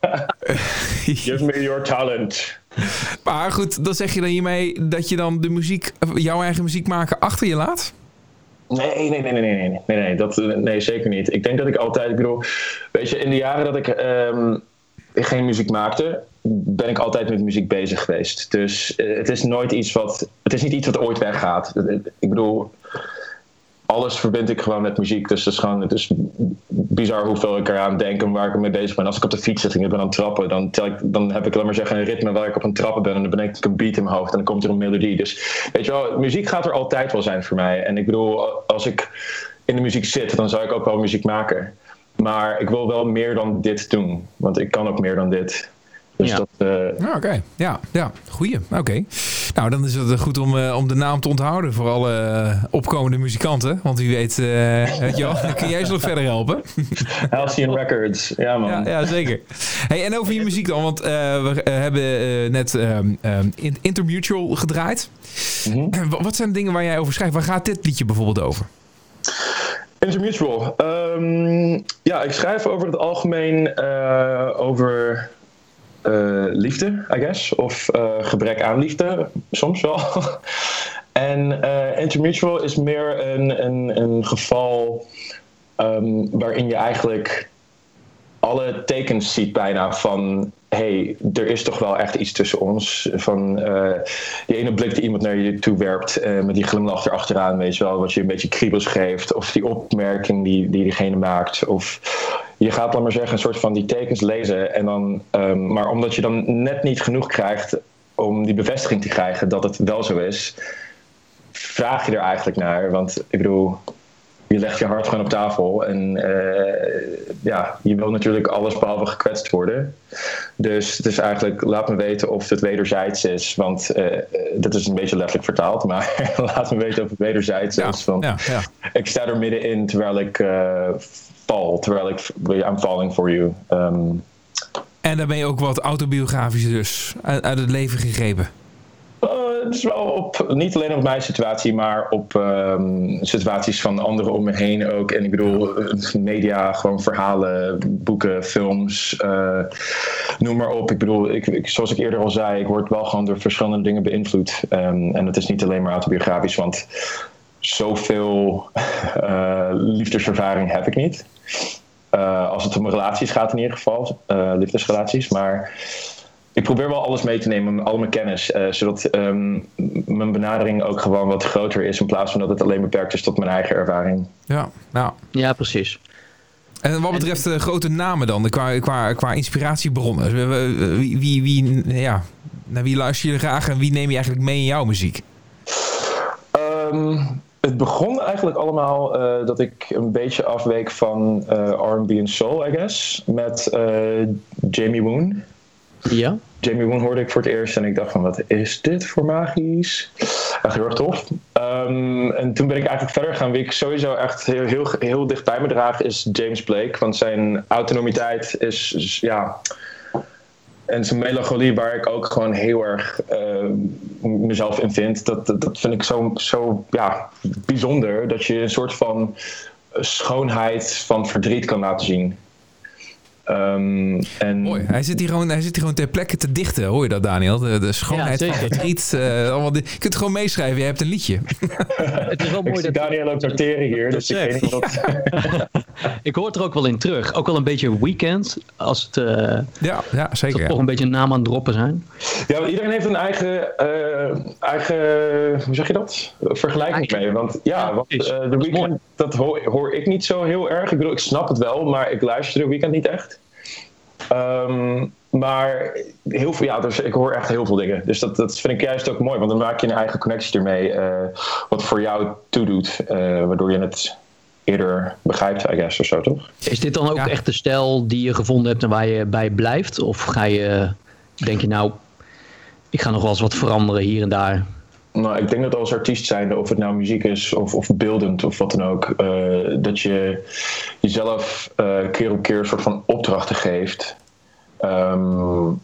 Give me your talent. Maar goed, dan zeg je dan hiermee dat je dan de muziek, jouw eigen muziek maken achter je laat? Nee, nee, nee, nee, nee, nee, nee, nee, dat, nee, zeker niet. Ik denk dat ik altijd, ik bedoel, weet je, in de jaren dat ik um, geen muziek maakte, ben ik altijd met muziek bezig geweest. Dus uh, het is nooit iets wat, het is niet iets wat ooit weggaat. Ik bedoel, alles verbind ik gewoon met muziek. Dus het is gewoon, het is bizar hoeveel ik eraan denk en waar ik mee bezig ben. Als ik op de fiets zit en ik ben aan het trappen, dan, tel ik, dan heb ik, laat maar zeggen, een ritme waar ik op aan het trappen ben. En dan ben ik een beat in mijn hoofd en dan komt er een melodie. Dus weet je wel, muziek gaat er altijd wel zijn voor mij. En ik bedoel, als ik in de muziek zit, dan zou ik ook wel muziek maken. Maar ik wil wel meer dan dit doen. Want ik kan ook meer dan dit. Dus ja. dat... Uh... Ah, Oké, okay. ja, ja, goeie. Oké. Okay. Nou, dan is het goed om, uh, om de naam te onthouden voor alle uh, opkomende muzikanten. Want wie weet, uh, weet je wel, dan kun jij eens nog verder helpen. Halcyon Records, ja man. Ja, ja zeker. Hey, en over je muziek dan, want uh, we uh, hebben uh, net uh, uh, Intermutual gedraaid. Mm-hmm. Wat zijn de dingen waar jij over schrijft? Waar gaat dit liedje bijvoorbeeld over? Intermutual. Um, ja, ik schrijf over het algemeen uh, over uh, liefde, I guess. Of uh, gebrek aan liefde, soms wel. En uh, Intermutual is meer een, een, een geval um, waarin je eigenlijk alle tekens ziet bijna van... hey, er is toch wel echt iets tussen ons. Van uh, die ene blik die iemand naar je toe werpt... Uh, met die glimlach erachteraan, weet je wel... wat je een beetje kriebels geeft. Of die opmerking die, die diegene maakt. Of je gaat, laat maar zeggen, een soort van die tekens lezen. En dan, um, maar omdat je dan net niet genoeg krijgt... om die bevestiging te krijgen dat het wel zo is... vraag je er eigenlijk naar. Want ik bedoel... je legt je hart gewoon op tafel en uh, ja, je wil natuurlijk alles behalve gekwetst worden. Dus het is eigenlijk, laat me weten of het wederzijds is. Want uh, dat is een beetje letterlijk vertaald, maar laat me weten of het wederzijds ja, is. Want ja, ja. ik sta er middenin terwijl ik uh, val, terwijl ik, I'm falling for you. Um, en dan ben je ook wat autobiografisch dus uit, uit het leven gegrepen. Het is wel op, niet alleen op mijn situatie, maar op um, situaties van anderen om me heen ook. En ik bedoel, media, gewoon verhalen, boeken, films, uh, noem maar op. Ik bedoel, ik, ik, zoals ik eerder al zei, ik word wel gewoon door verschillende dingen beïnvloed. Um, en het is niet alleen maar autobiografisch, want zoveel uh, liefdeservaring heb ik niet. Uh, als het om relaties gaat in ieder geval, uh, liefdesrelaties, maar... ik probeer wel alles mee te nemen, al mijn kennis, uh, zodat um, mijn benadering ook gewoon wat groter is in plaats van dat het alleen beperkt is tot mijn eigen ervaring. Ja, nou. Ja, precies. En wat betreft uh, grote namen dan, qua, qua, qua inspiratiebronnen, wie, wie, wie, ja, naar wie luister je graag en wie neem je eigenlijk mee in jouw muziek? Um, het begon eigenlijk allemaal uh, dat ik een beetje afweek van uh, R en B en soul, I guess, met uh, Jamie Woon. Ja. Jamie Woon hoorde ik voor het eerst en ik dacht van, wat is dit voor magisch? Echt heel erg tof. Um, en toen ben ik eigenlijk verder gaan. Wie ik sowieso echt heel, heel, heel dicht bij me draag is James Blake. Want zijn autonomiteit is, is ja... en zijn melancholie waar ik ook gewoon heel erg uh, mezelf in vind. Dat, dat, dat vind ik zo, zo ja, bijzonder. Dat je een soort van schoonheid van verdriet kan laten zien. Um, en... Mooi. Hij zit, hier gewoon, hij zit hier gewoon ter plekke te dichten. Hoor je dat, Daniel? De, de schoonheid ja, van verdriet. Uh, allemaal de, je kunt het gewoon meeschrijven. Je hebt een liedje. Het is wel mooi ik zie dat Daniel ook noteren hier. Dus ik weet niet wat... ik hoor het er ook wel in terug. Ook wel een beetje Weekend. Als het, uh, ja, ja, zeker. ja. toch een beetje een naam aan het droppen zijn. Ja, iedereen heeft een eigen, uh, eigen hoe zeg je dat? Vergelijking eigen. mee. Want ja, ja want, uh, de Weekend, dat hoor, hoor ik niet zo heel erg. Ik bedoel, ik snap het wel, maar ik luister de Weekend niet echt. Um, maar heel veel, ja, dus ik hoor echt heel veel dingen. Dus dat, dat vind ik juist ook mooi, want dan maak je een eigen connectie ermee. Uh, wat voor jou toedoet, uh, waardoor je het eerder begrijpt, I guess, of zo, toch? Is dit dan ook ja. echt de stijl die je gevonden hebt en waar je bij blijft? Of ga je, denk je nou, ik ga nog wel eens wat veranderen hier en daar. Nou, ik denk dat als artiest zijnde, of het nou muziek is of, of beeldend of wat dan ook, uh, dat je jezelf uh, keer op keer een soort van opdrachten geeft um,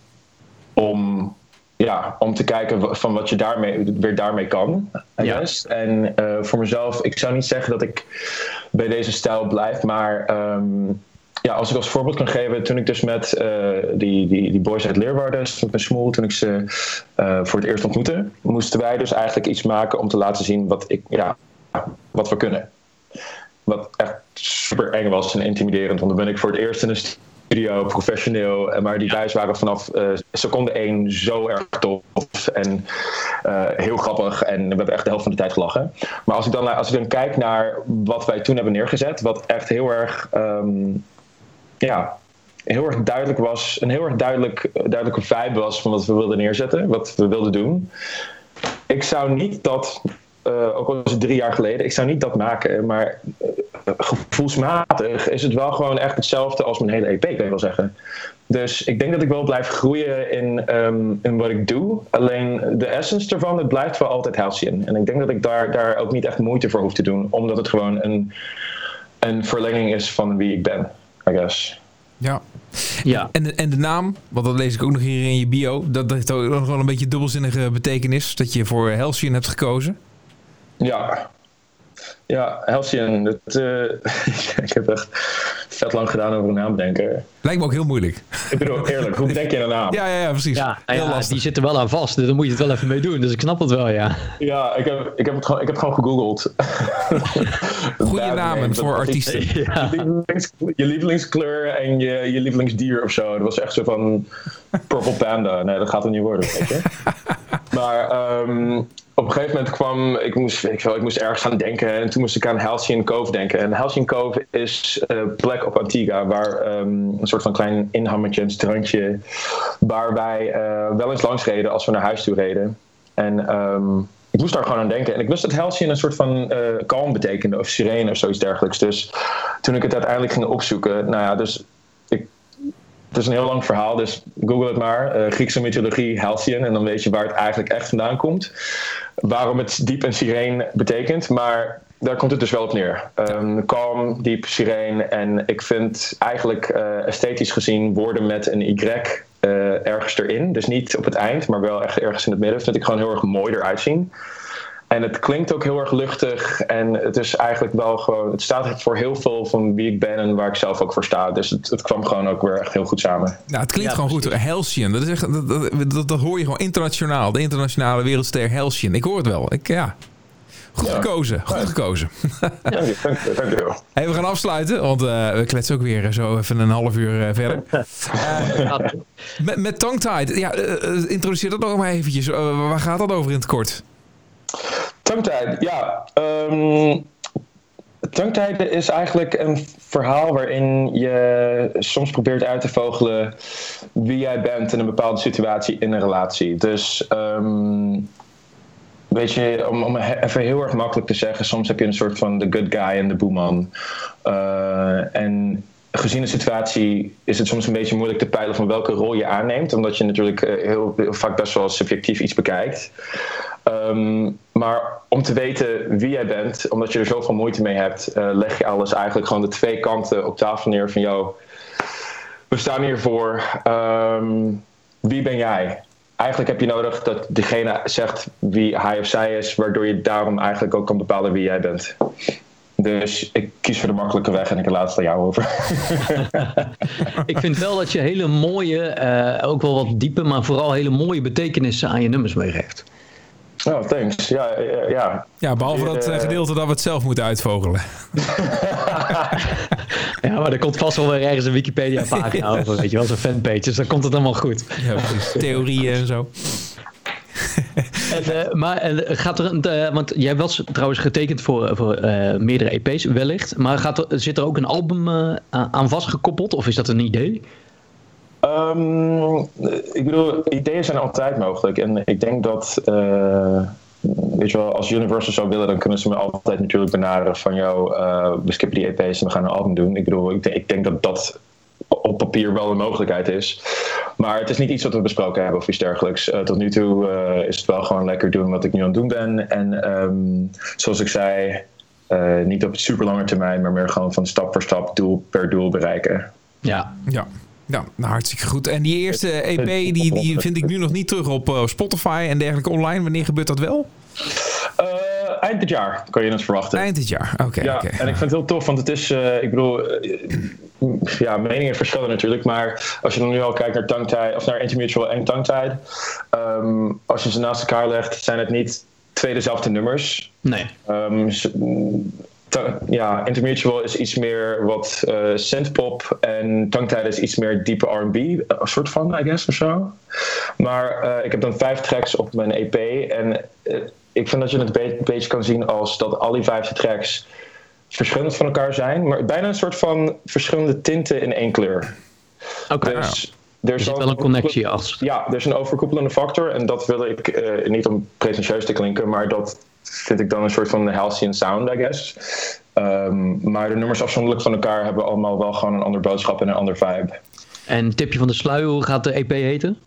om, ja, om te kijken van wat je daarmee, weer daarmee kan. Ja. En uh, voor mezelf, ik zou niet zeggen dat ik bij deze stijl blijf, maar um, ja, als ik als voorbeeld kan geven, toen ik dus met uh, die, die, die boys uit Leeuwarden, met Smoel, toen ik ze uh, voor het eerst ontmoette, moesten wij dus eigenlijk iets maken om te laten zien wat, ik, ja, wat we kunnen. Wat echt super eng was en intimiderend, want dan ben ik voor het eerst in een studio, professioneel, maar die guys waren vanaf uh, seconde één zo erg tof en uh, heel grappig en we hebben echt de helft van de tijd gelachen. Maar als ik dan, als ik dan kijk naar wat wij toen hebben neergezet, wat echt heel erg... Um, ja, heel erg duidelijk was, een heel erg duidelijk, duidelijke vibe was van wat we wilden neerzetten, wat we wilden doen. Ik zou niet dat, uh, ook al is het drie jaar geleden, ik zou niet dat maken, maar uh, gevoelsmatig is het wel gewoon echt hetzelfde als mijn hele E P, kan je wel zeggen. Dus ik denk dat ik wel blijf groeien in, um, in wat ik doe. Alleen de essence ervan, het blijft wel altijd Halcyon. En ik denk dat ik daar, daar ook niet echt moeite voor hoef te doen, omdat het gewoon een, een verlenging is van wie ik ben. I guess. Ja. ja. En, de, en de naam, want dat lees ik ook nog hier in je bio, dat heeft ook nog wel een beetje dubbelzinnige betekenis, dat je voor Halcyon hebt gekozen. Ja. Ja, Halcyon. Dat, uh, ik heb echt vet lang gedaan over een naam bedenken. Lijkt me ook heel moeilijk. Ik bedoel, eerlijk, hoe denk je aan een naam? Ja, ja, ja, precies. Ja, heel ja, lastig. Die zitten wel aan vast, dus dan moet je het wel even mee doen. Dus ik snap het wel, ja. Ja, ik heb, ik heb, het, gewoon, ik heb het gewoon gegoogeld. Goeie namen voor artiesten. Ja. Je, lievelings, je lievelingskleur en je, je lievelingsdier of zo. Dat was echt zo van Purple Panda. Nee, dat gaat er niet worden, weet je. Maar um, op een gegeven moment kwam, ik moest, weet ik, wel, ik moest ergens gaan denken en toen moest ik aan Halcyon Cove denken. En Halcyon Cove is een plek op Antigua waar um, een soort van klein inhammetje, een strandje, waar wij uh, wel eens langs reden als we naar huis toe reden. En um, ik moest daar gewoon aan denken. En ik wist dat Halcyon een soort van uh, kalm betekende of sirene of zoiets dergelijks. Dus toen ik het uiteindelijk ging opzoeken, nou ja, dus ik... Het is een heel lang verhaal, dus google het maar. Uh, Griekse mythologie, Halcyon. En dan weet je waar het eigenlijk echt vandaan komt. Waarom het diep en sirene betekent. Maar daar komt het dus wel op neer. Um, kalm, diep, sirene. En ik vind eigenlijk uh, esthetisch gezien woorden met een Y uh, ergens erin. Dus niet op het eind, maar wel echt ergens in het midden. Vind ik gewoon heel erg mooi eruit zien. En het klinkt ook heel erg luchtig en het is eigenlijk wel gewoon, het staat voor heel veel van wie ik ben en waar ik zelf ook voor sta. Dus het, het kwam gewoon ook weer echt heel goed samen. Nou, het klinkt ja, gewoon precies. Goed. Halcyon, dat, is echt, dat, dat, dat, dat hoor je gewoon internationaal. De internationale wereldster Halcyon. Ik hoor het wel. Ik, ja. Goed ja. gekozen, goed ja. gekozen. Ja, dank je, dank je wel. Hey, we gaan afsluiten, want uh, we kletsen ook weer zo even een half uur uh, verder. Uh, met, met Tongue-Tied, ja, uh, introduceer dat nog maar eventjes. Uh, waar gaat dat over in het kort? Tongue-Tied, ja. Um, Tongue-Tied is eigenlijk een verhaal waarin je soms probeert uit te vogelen wie jij bent in een bepaalde situatie in een relatie. Dus, um, weet je, om, om even heel erg makkelijk te zeggen, soms heb je een soort van de good guy en de boeman. Uh, en gezien de situatie is het soms een beetje moeilijk te peilen van welke rol je aanneemt, omdat je natuurlijk heel, heel vaak best wel subjectief iets bekijkt. Um, maar om te weten wie jij bent, omdat je er zoveel moeite mee hebt, uh, leg je alles eigenlijk gewoon de twee kanten op tafel neer van, yo, we staan hiervoor. Um, wie ben jij? Eigenlijk heb je nodig dat degene zegt wie hij of zij is, waardoor je daarom eigenlijk ook kan bepalen wie jij bent. Dus ik kies voor de makkelijke weg en ik laat het aan jou over. Ik vind wel dat je hele mooie, uh, ook wel wat diepe, maar vooral hele mooie betekenissen aan je nummers meegeeft. Oh, thanks. Ja, ja, ja. ja behalve dat uh, gedeelte dat we het zelf moeten uitvogelen. Ja, maar er komt vast wel weer ergens een Wikipedia-pagina over, weet je wel, zo'n fanpage, dus dan komt het allemaal goed. Ja, precies. Theorieën en zo. En, uh, maar uh, gaat er een, uh, want jij was trouwens getekend voor, voor uh, meerdere E P's wellicht, maar gaat er, zit er ook een album uh, aan vastgekoppeld of is dat een idee? Um, ik bedoel, ideeën zijn altijd mogelijk en ik denk dat, uh, weet je wel, als Universal zou willen, dan kunnen ze me altijd natuurlijk benaderen van, jou, uh, we skippen die E P's en we gaan een album doen. Ik bedoel, ik, denk, ik denk dat dat op papier wel een mogelijkheid is. Maar het is niet iets wat we besproken hebben of iets dergelijks. Uh, tot nu toe uh, is het wel gewoon lekker doen wat ik nu aan het doen ben. En um, zoals ik zei, uh, niet op super lange termijn, maar meer gewoon van stap voor stap, doel per doel bereiken. Ja, ja. Ja, nou, hartstikke goed. En die eerste E P, die, die vind ik nu nog niet terug op uh, Spotify en dergelijke online. Wanneer gebeurt dat wel? Uh, eind dit jaar kan je het verwachten. Eind dit jaar, oké. Okay, ja, okay. En ik vind het heel tof, want het is, uh, ik bedoel, uh, ja, meningen verschillen natuurlijk, maar als je dan nu al kijkt naar Tongue-Tied, of naar Intermutual en Tongue-Tied, um, als je ze naast elkaar legt, zijn het niet twee dezelfde nummers. Nee. Um, Ja, Intermutual is iets meer wat uh, synthpop en Tongue-Tied is iets meer diepe R en B, een soort van, I guess, of zo. Maar uh, ik heb dan vijf tracks op mijn E P en uh, ik vind dat je het een be- beetje kan zien als dat al die vijfde tracks verschillend van elkaar zijn, maar bijna een soort van verschillende tinten in één kleur. Oké. Okay. Dus, er, er zit wel een connectie achter. Ja, er is een overkoepelende factor en dat wil ik, uh, niet om pretentieus te klinken, maar dat vind ik dan een soort van Halcyon sound, I guess. Um, maar de nummers afzonderlijk van elkaar hebben allemaal wel gewoon een ander boodschap en een ander vibe. En tipje van de sluier, hoe gaat de E P heten?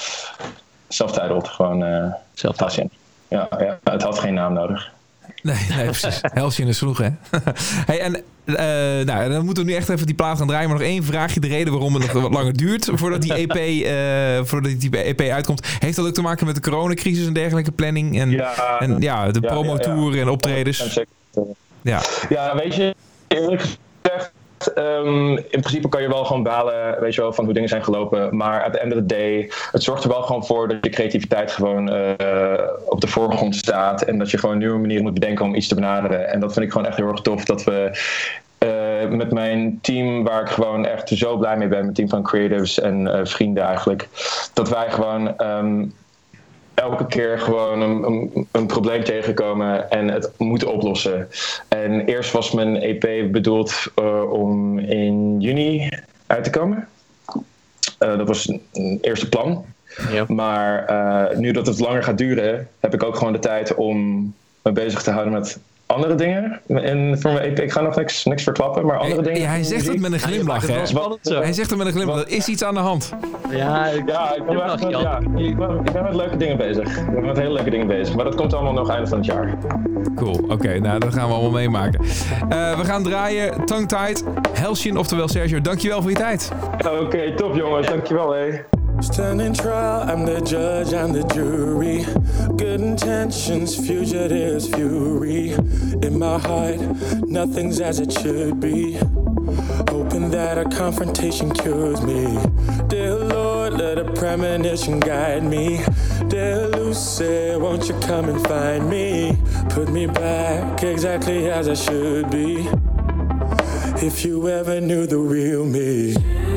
Self-titled, gewoon uh, Halcyon. Ja, ja, het had geen naam nodig. Nee, nee precies. Halcyon is vroeg, hè? Hey, en uh, nou, dan moeten we nu echt even die plaat gaan draaien. Maar nog één vraagje. De reden waarom het nog wat langer duurt voordat die E P, uh, voordat die E P uitkomt. Heeft dat ook te maken met de coronacrisis en dergelijke planning? En ja, en, ja de ja, promotour ja, ja. en optredens? Ja. ja, weet je, eerlijk gezegd, um, in principe kan je wel gewoon balen, weet je wel, van hoe dingen zijn gelopen. Maar at the end of the day, het zorgt er wel gewoon voor dat je creativiteit gewoon uh, op de voorgrond staat. En dat je gewoon nieuwe manieren moet bedenken om iets te benaderen. En dat vind ik gewoon echt heel erg tof, dat we uh, met mijn team, waar ik gewoon echt zo blij mee ben, mijn team van creatives en uh, vrienden eigenlijk, dat wij gewoon Um, elke keer gewoon een, een, een probleem tegenkomen en het moeten oplossen. En eerst was mijn E P bedoeld uh, om in juni uit te komen. Uh, dat was een, een eerste plan. Ja. Maar uh, nu dat het langer gaat duren, heb ik ook gewoon de tijd om me bezig te houden met andere dingen. En voor mijn E P, ik ga nog niks, niks verklappen, maar andere dingen. Ja, hij zegt het met een glimlach, hè? Hij zegt het met een glimlach. Er is iets aan de hand. Ja, ik, ja, ik, ben, met, ja, ik, ben, ik ben met leuke dingen bezig. Ik ben met hele leuke dingen bezig. Maar dat komt allemaal nog einde van het jaar. Cool, oké. Okay, nou, dat gaan we allemaal meemaken. Uh, we gaan draaien. Tongue-Tied. Halcyon, oftewel Sergio, dankjewel voor je tijd. Oké, okay, top jongens. Dankjewel, hé. Standing trial, I'm the judge, I'm the jury. Good intentions, fugitives, fury. In my heart, nothing's as it should be. Hoping that a confrontation cures me. Dear Lord, let a premonition guide me. Dear Lucy, won't you come and find me? Put me back exactly as I should be. If you ever knew the real me.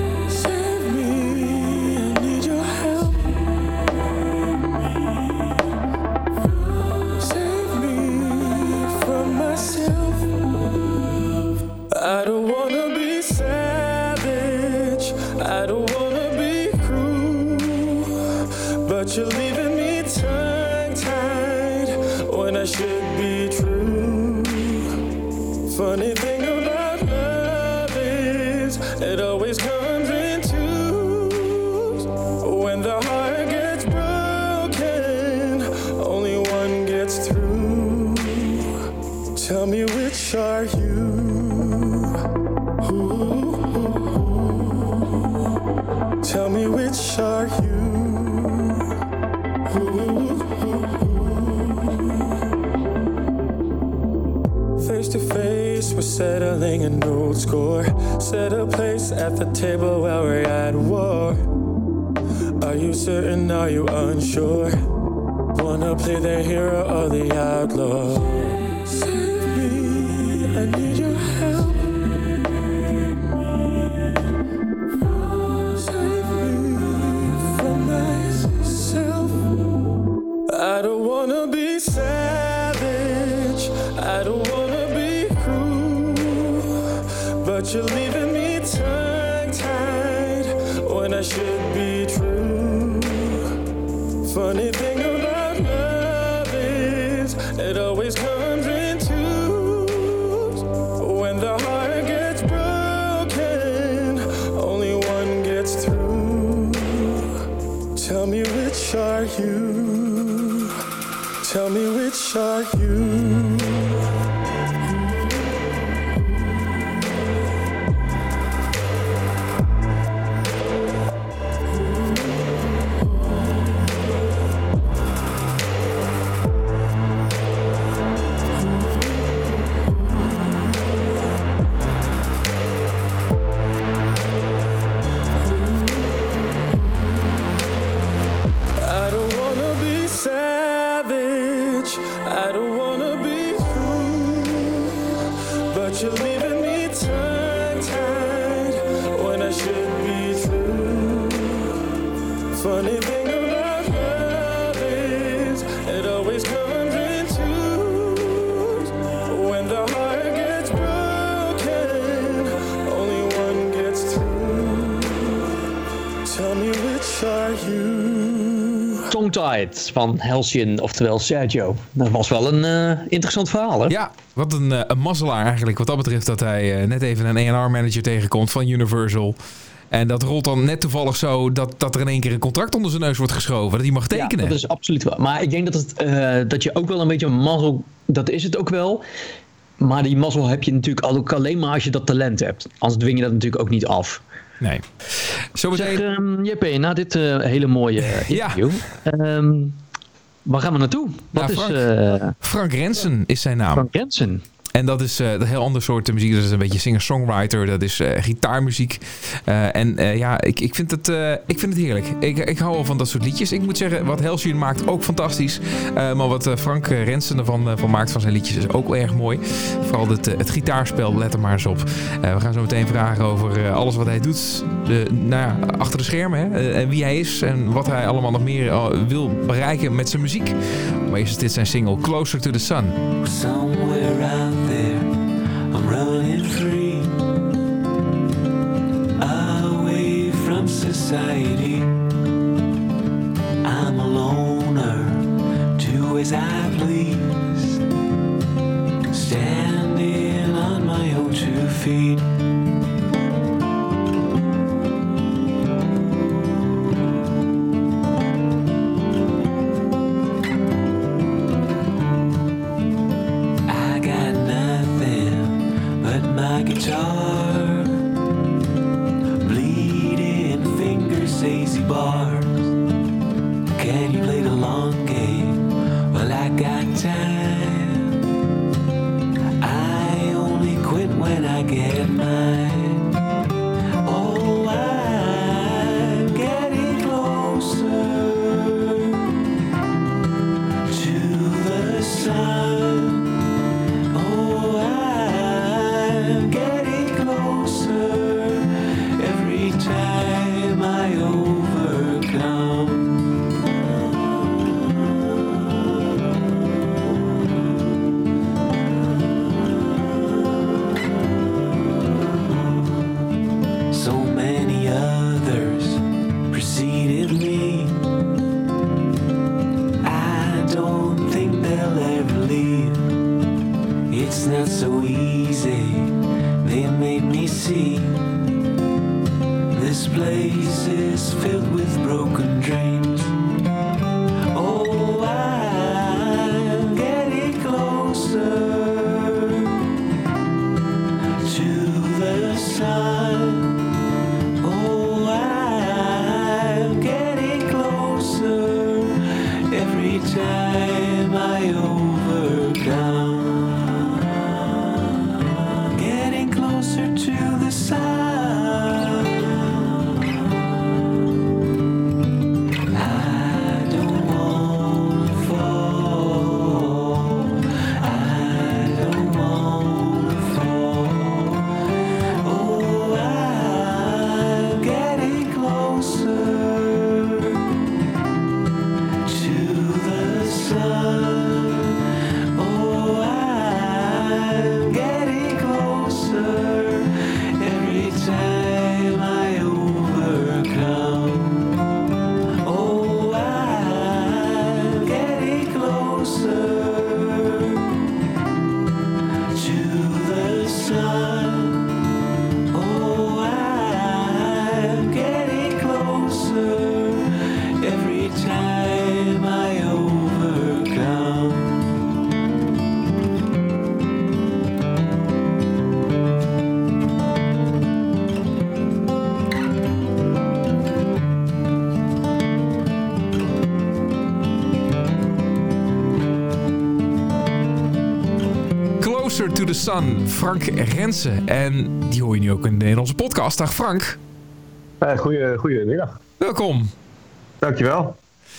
I don't wanna be savage, I don't wanna be cruel, but you're leaving me tongue-tied when I should be true. Funny thing about love is it always comes in twos. When the heart gets broken, only one gets through. Tell me which are you? Tell me which are you? Ooh. Face to face, we're settling an old score. Set a place at the table while we're at war. Are you certain? Are you unsure? Wanna play the hero or the outlaw? Save me, I need your help. I don't wanna be savage, I don't wanna be cruel, but you're leaving me tongue-tied when I should be true. Funny thing about love is it always comes in twos. When the heart gets broken, only which are you? Tell me which are you? Tongue-Tied van Halcyon, oftewel Sergio. Dat was wel een uh, interessant verhaal, hè? Ja, wat een, uh, een mazzelaar eigenlijk wat dat betreft, dat hij uh, net even een A en R-manager tegenkomt van Universal. En dat rolt dan net toevallig zo dat, dat er in één keer een contract onder zijn neus wordt geschoven. Dat hij mag tekenen. Ja, dat is absoluut waar. Maar ik denk dat, het, uh, dat je ook wel een beetje een mazzel... Dat is het ook wel. Maar die mazzel heb je natuurlijk ook alleen maar als je dat talent hebt. Anders dwing je dat natuurlijk ook niet af. Nee. Zometeen... Zeg, um, J P, na dit uh, hele mooie interview... Ja. Um, waar gaan we naartoe? Wat nou, Frank, is, uh, Frank Rensen is zijn naam. Frank Rensen. En dat is uh, een heel ander soort muziek. Dat is een beetje singer-songwriter. Dat is uh, gitaarmuziek. Uh, en uh, ja, ik, ik, vind het, uh, ik vind het heerlijk. Ik, ik hou wel van dat soort liedjes. Ik moet zeggen, wat Halcyon maakt ook fantastisch. Uh, maar wat uh, Frank Rensen ervan uh, van maakt van zijn liedjes is ook wel erg mooi. Vooral het, uh, het gitaarspel, let er maar eens op. Uh, we gaan zo meteen vragen over uh, alles wat hij doet. De, nou ja, achter de schermen. Hè? Uh, en wie hij is. En wat hij allemaal nog meer uh, wil bereiken met zijn muziek. Maar eerst is dit zijn single Closer to the Sun. Somewhere out there, I'm running free, away from society. I'm a loner, do as I please, standing on my own two feet. Guitar, bleeding fingers, lazy bars. Can you play the long game? Well, I got time. I only quit when I get mine. Oh, I'm getting closer to the sun. Time I overcome, so many others preceded me. I don't think they'll ever leave. It's not so easy, they made me see. This place is filled with broken dreams. Oh, I'm getting closer to the sun. Oh, I'm getting closer every time I overcome. Getting closer to the sun. Oh, Closer to the Sun, Frank Rensen. En die hoor je nu ook in, in onze podcast. Dag Frank. Uh, goeie, goedemiddag. Welkom. Dankjewel.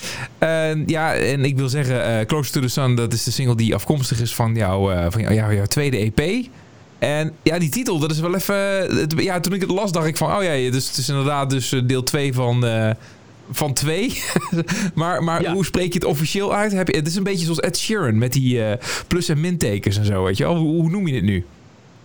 Uh, ja, en ik wil zeggen, uh, Closer to the Sun, dat is de single die afkomstig is van, jou, uh, van jou, jou, jouw tweede E P. En ja, die titel, dat is wel even... Het, ja, toen ik het las, dacht ik van, oh ja, dus het is inderdaad dus deel twee van... Uh, Van twee. maar maar ja. Hoe spreek je het officieel uit? Heb je, het is een beetje zoals Ed Sheeran met die uh, plus- en mintekens en zo, weet je wel. Hoe, hoe noem je het nu?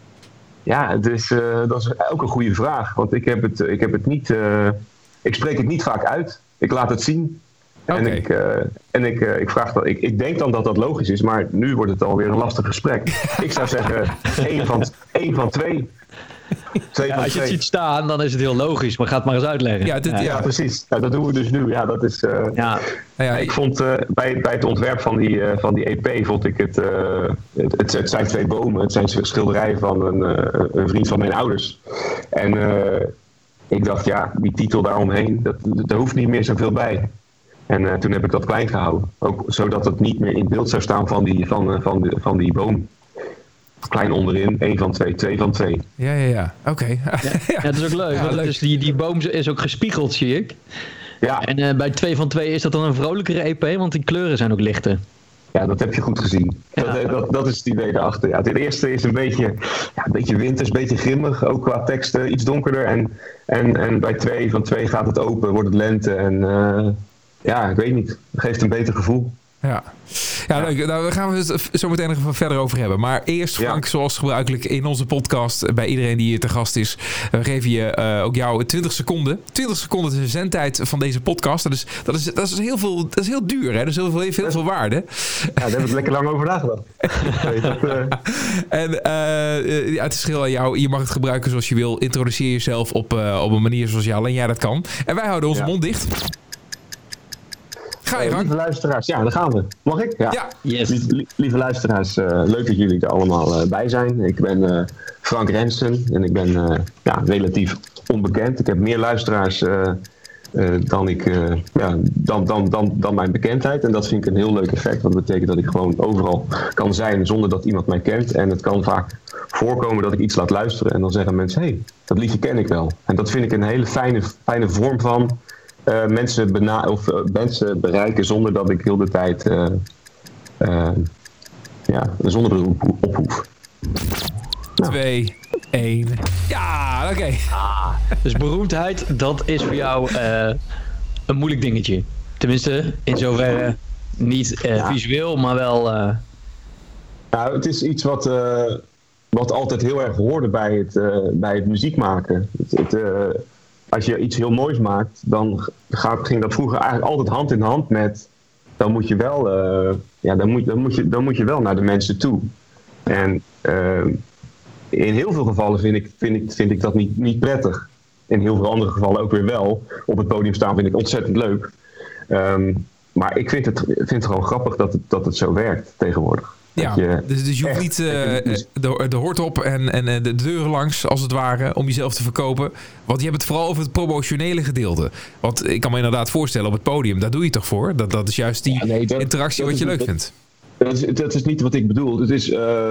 Ja, het is, uh, dat is ook een goede vraag. Want ik heb het, ik heb het niet... Uh, ik spreek het niet vaak uit. Ik laat het zien. Okay. En, ik, uh, en ik, uh, ik vraag dat... Ik, ik denk dan dat dat logisch is, maar nu wordt het alweer een lastig gesprek. Ik zou zeggen, één van, één van twee... Ja, als je het ziet staan, dan is het heel logisch. Maar ga het maar eens uitleggen. Ja, dit, ja. ja precies. Ja, dat doen we dus nu. Ja, dat is, uh, ja. Ja, ik vond uh, bij, bij het ontwerp van die, uh, van die E P vond ik het, uh, het, het... Het zijn twee bomen. Het zijn schilderijen van een, uh, een vriend van mijn ouders. En uh, ik dacht, ja, die titel daaromheen, dat, daar hoeft niet meer zoveel bij. En uh, toen heb ik dat klein gehouden. Ook zodat het niet meer in beeld zou staan van die, van, uh, van de, van die boom. Klein onderin, één van twee, twee van twee. Ja, ja, ja. Oké. Okay. Ja, ja, dat is ook leuk. Ja, leuk. Dus die, die boom is ook gespiegeld, zie ik. Ja. En uh, bij twee van twee is dat dan een vrolijkere E P, want die kleuren zijn ook lichter. Ja, dat heb je goed gezien. Ja. Dat, dat, dat is het idee erachter. Ja, het eerste is een beetje, ja, een beetje winters, een beetje grimmig. Ook qua teksten iets donkerder. En, en, en bij twee van twee gaat het open, wordt het lente. En uh, ja, ik weet niet. Het geeft een beter gevoel. Ja, ja, leuk. Nou, daar gaan we het zo meteen nog verder over hebben. Maar eerst, Frank, ja. zoals gebruikelijk in onze podcast, bij iedereen die hier te gast is, we geven je uh, ook jou twintig seconden. twintig seconden is de zendtijd van deze podcast. Dat is, dat is, dat is, heel, veel, dat is heel duur, hè? Dat is heel veel, heeft heel veel waarde. Ja, daar hebben we lekker lang over nagedacht. uh... En uh, ja, het is heel aan jou. Je mag het gebruiken zoals je wil. Introduceer jezelf op, uh, op een manier zoals je alleen jij dat kan. En wij houden onze ja. mond dicht. Ga je gang. Uh, lieve luisteraars, ja, daar gaan we. Mag ik? Ja. ja. Yes. Lieve, lieve luisteraars, uh, leuk dat jullie er allemaal uh, bij zijn. Ik ben uh, Frank Rensen en ik ben uh, ja, relatief onbekend. Ik heb meer luisteraars uh, uh, dan, ik, uh, ja, dan, dan, dan, dan mijn bekendheid. En dat vind ik een heel leuk effect. Want dat betekent dat ik gewoon overal kan zijn zonder dat iemand mij kent. En het kan vaak voorkomen dat ik iets laat luisteren. En dan zeggen mensen, hé, hey, dat liedje ken ik wel. En dat vind ik een hele fijne, fijne vorm van... Uh, mensen, bena- of, uh, mensen bereiken zonder dat ik heel de tijd uh, uh, ja, zonder de op hoef. Nou. Twee, één. Ja, oké. Okay. Ah, dus beroemdheid, dat is voor jou uh, een moeilijk dingetje. Tenminste, in zoverre niet uh, ja. visueel, maar wel... Uh... Nou, het is iets wat, uh, wat altijd heel erg hoorde bij het, uh, bij het muziek maken. Het, het, uh, Als je iets heel moois maakt, dan gaat, ging dat vroeger eigenlijk altijd hand in hand met... Dan moet je wel, uh, ja, dan moet, dan moet je, dan moet je wel naar de mensen toe. En uh, in heel veel gevallen vind ik, vind ik, vind ik dat niet, niet prettig. In heel veel andere gevallen ook weer wel. Op het podium staan vind ik ontzettend leuk. Um, maar ik vind het, vind het gewoon grappig dat het, dat het zo werkt tegenwoordig. Ja, je dus, dus je hoeft niet uh, de, de hoort op en, en de deuren langs, als het ware, om jezelf te verkopen. Want je hebt het vooral over het promotionele gedeelte. Want ik kan me inderdaad voorstellen op het podium, daar doe je het toch voor? Dat, dat is juist die ja, nee, dat, interactie dat wat je is, leuk dat, vindt. Dat is, dat is niet wat ik bedoel. Het is, uh,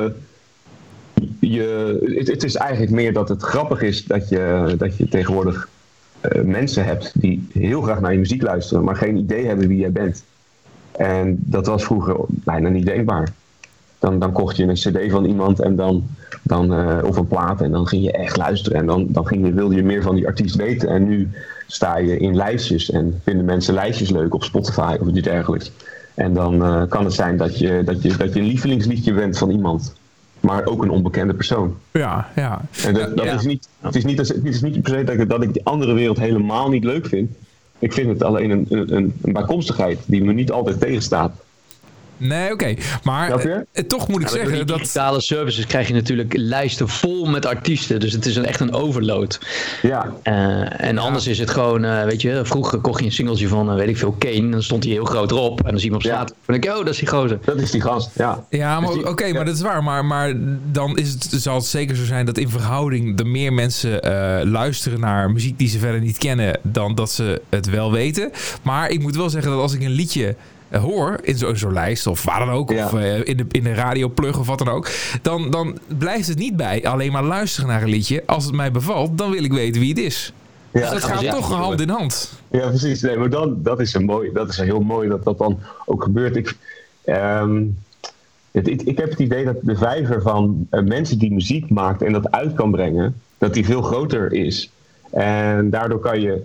je, het, het is eigenlijk meer dat het grappig is dat je, dat je tegenwoordig uh, mensen hebt die heel graag naar je muziek luisteren, maar geen idee hebben wie jij bent. En dat was vroeger bijna niet denkbaar. Dan, dan kocht je een cd van iemand en dan, dan, uh, of een plaat en dan ging je echt luisteren. En dan, dan ging je, wilde je meer van die artiest weten. En nu sta je in lijstjes en vinden mensen lijstjes leuk op Spotify of iets dergelijks. En dan uh, kan het zijn dat je, dat, je, dat je een lievelingsliedje bent van iemand. Maar ook een onbekende persoon. Ja, ja. En dat, dat ja. Is niet, het is niet, het is niet per se dat ik, dat ik die andere wereld helemaal niet leuk vind. Ik vind het alleen een, een, een bijkomstigheid die me niet altijd tegenstaat. Nee, oké. Okay. Maar uh, toch moet ik ja, zeggen die dat... digitale services krijg je natuurlijk lijsten vol met artiesten. Dus het is een, echt een overload. Ja. Uh, en ja. anders is het gewoon, uh, weet je, vroeger kocht je een singeltje van, uh, weet ik veel, Kane. Dan stond hij heel groot erop. En dan zie je hem op straat. Ja. Dan denk je, oh, dat is die gozer. Dat is die gast, ja. Ja, maar oké, okay, ja. maar dat is waar. Maar, maar dan is het, zal het zeker zo zijn dat in verhouding er meer mensen uh, luisteren naar muziek die ze verder niet kennen, dan dat ze het wel weten. Maar ik moet wel zeggen dat als ik een liedje uh, hoor in zo'n zo lijst of waar dan ook, ja. of uh, in de, in de radioplug of wat dan ook, dan, dan blijft het niet bij alleen maar luisteren naar een liedje. Als het mij bevalt, dan wil ik weten wie het is. Ja, dus dat gaat ja, toch hand in hand. Ja, precies. Nee, maar dan, dat is een mooi, dat is een heel mooi dat dat dan ook gebeurt. Ik, um, het, ik, ik heb het idee dat de vijver van uh, mensen die muziek maakt en dat uit kan brengen, dat die veel groter is. En daardoor kan je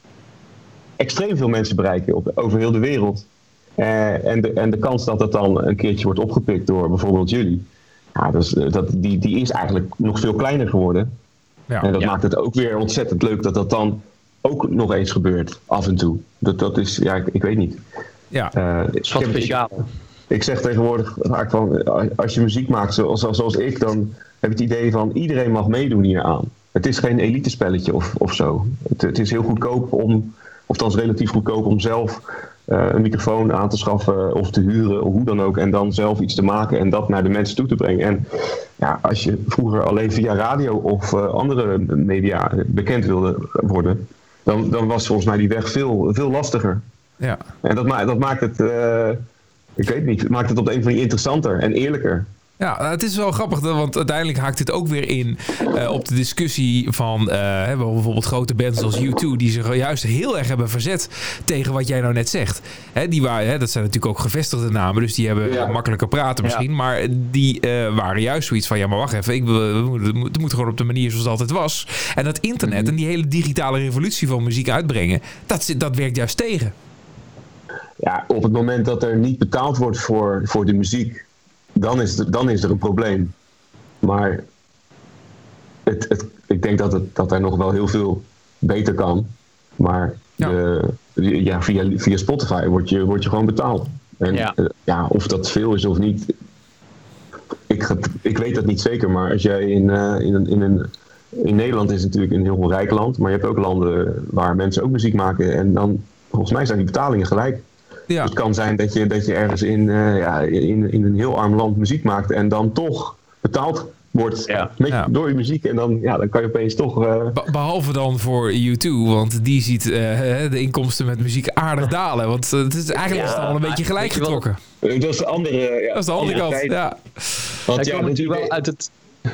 extreem veel mensen bereiken op, over heel de wereld. Uh, en, de, en de kans dat dat dan een keertje wordt opgepikt door bijvoorbeeld jullie, ja, dus, dat, die, die is eigenlijk nog veel kleiner geworden. Ja, en dat ja. maakt het ook weer ontzettend leuk dat dat dan ook nog eens gebeurt, af en toe. Dat, dat is, ja, ik, ik weet niet. Ja, uh, dat is wat speciaal. Ik, ik zeg tegenwoordig vaak van, als je muziek maakt zoals, zoals ik, dan heb ik het idee van iedereen mag meedoen hieraan. Het is geen elitespelletje of, of zo. Het, het is heel goedkoop om, of althans relatief goedkoop om zelf uh, een microfoon aan te schaffen of te huren, of hoe dan ook, en dan zelf iets te maken en dat naar de mensen toe te brengen. En ja, als je vroeger alleen via radio of uh, andere media bekend wilde worden, dan, dan was volgens mij die weg veel, veel lastiger. Ja. En dat, ma- dat maakt het, uh, ik weet niet, maakt het op de een of andere manier interessanter en eerlijker. Ja, het is wel grappig, want uiteindelijk haakt dit ook weer in uh, op de discussie van uh, bijvoorbeeld grote bands als U twee, die zich juist heel erg hebben verzet tegen wat jij nou net zegt. Hè, die waren, hè, dat zijn natuurlijk ook gevestigde namen, dus die hebben ja. makkelijker praten misschien, ja. maar die uh, waren juist zoiets van, ja maar wacht even, ik, we, we, het moet gewoon op de manier zoals het altijd was. En dat internet mm-hmm. en die hele digitale revolutie van muziek uitbrengen, dat, dat werkt juist tegen. Ja, op het moment dat er niet betaald wordt voor, voor de muziek, Dan is, er, dan is er een probleem. Maar het, het, ik denk dat, het, dat er nog wel heel veel beter kan. Maar ja. De, ja, via, via Spotify word je, word je gewoon betaald. En ja. Uh, ja, of dat veel is of niet, ik, ik weet dat niet zeker. Maar als jij in, uh, in, een, in, een, in Nederland is het natuurlijk een heel rijk land. Maar je hebt ook landen waar mensen ook muziek maken. En dan, volgens mij zijn die betalingen gelijk. Ja. Dus het kan zijn dat je, dat je ergens in, uh, ja, in, in een heel arm land muziek maakt en dan toch betaald wordt ja. met, ja. door je muziek. En dan, ja, dan kan je opeens toch... Uh... Be- behalve dan voor U twee, want die ziet uh, de inkomsten met muziek aardig dalen. Want uh, het is eigenlijk ja, al een beetje gelijk getrokken. Dat is de andere, ja, dat is de andere, andere kant, ja. Want ja, natuurlijk wel uit het...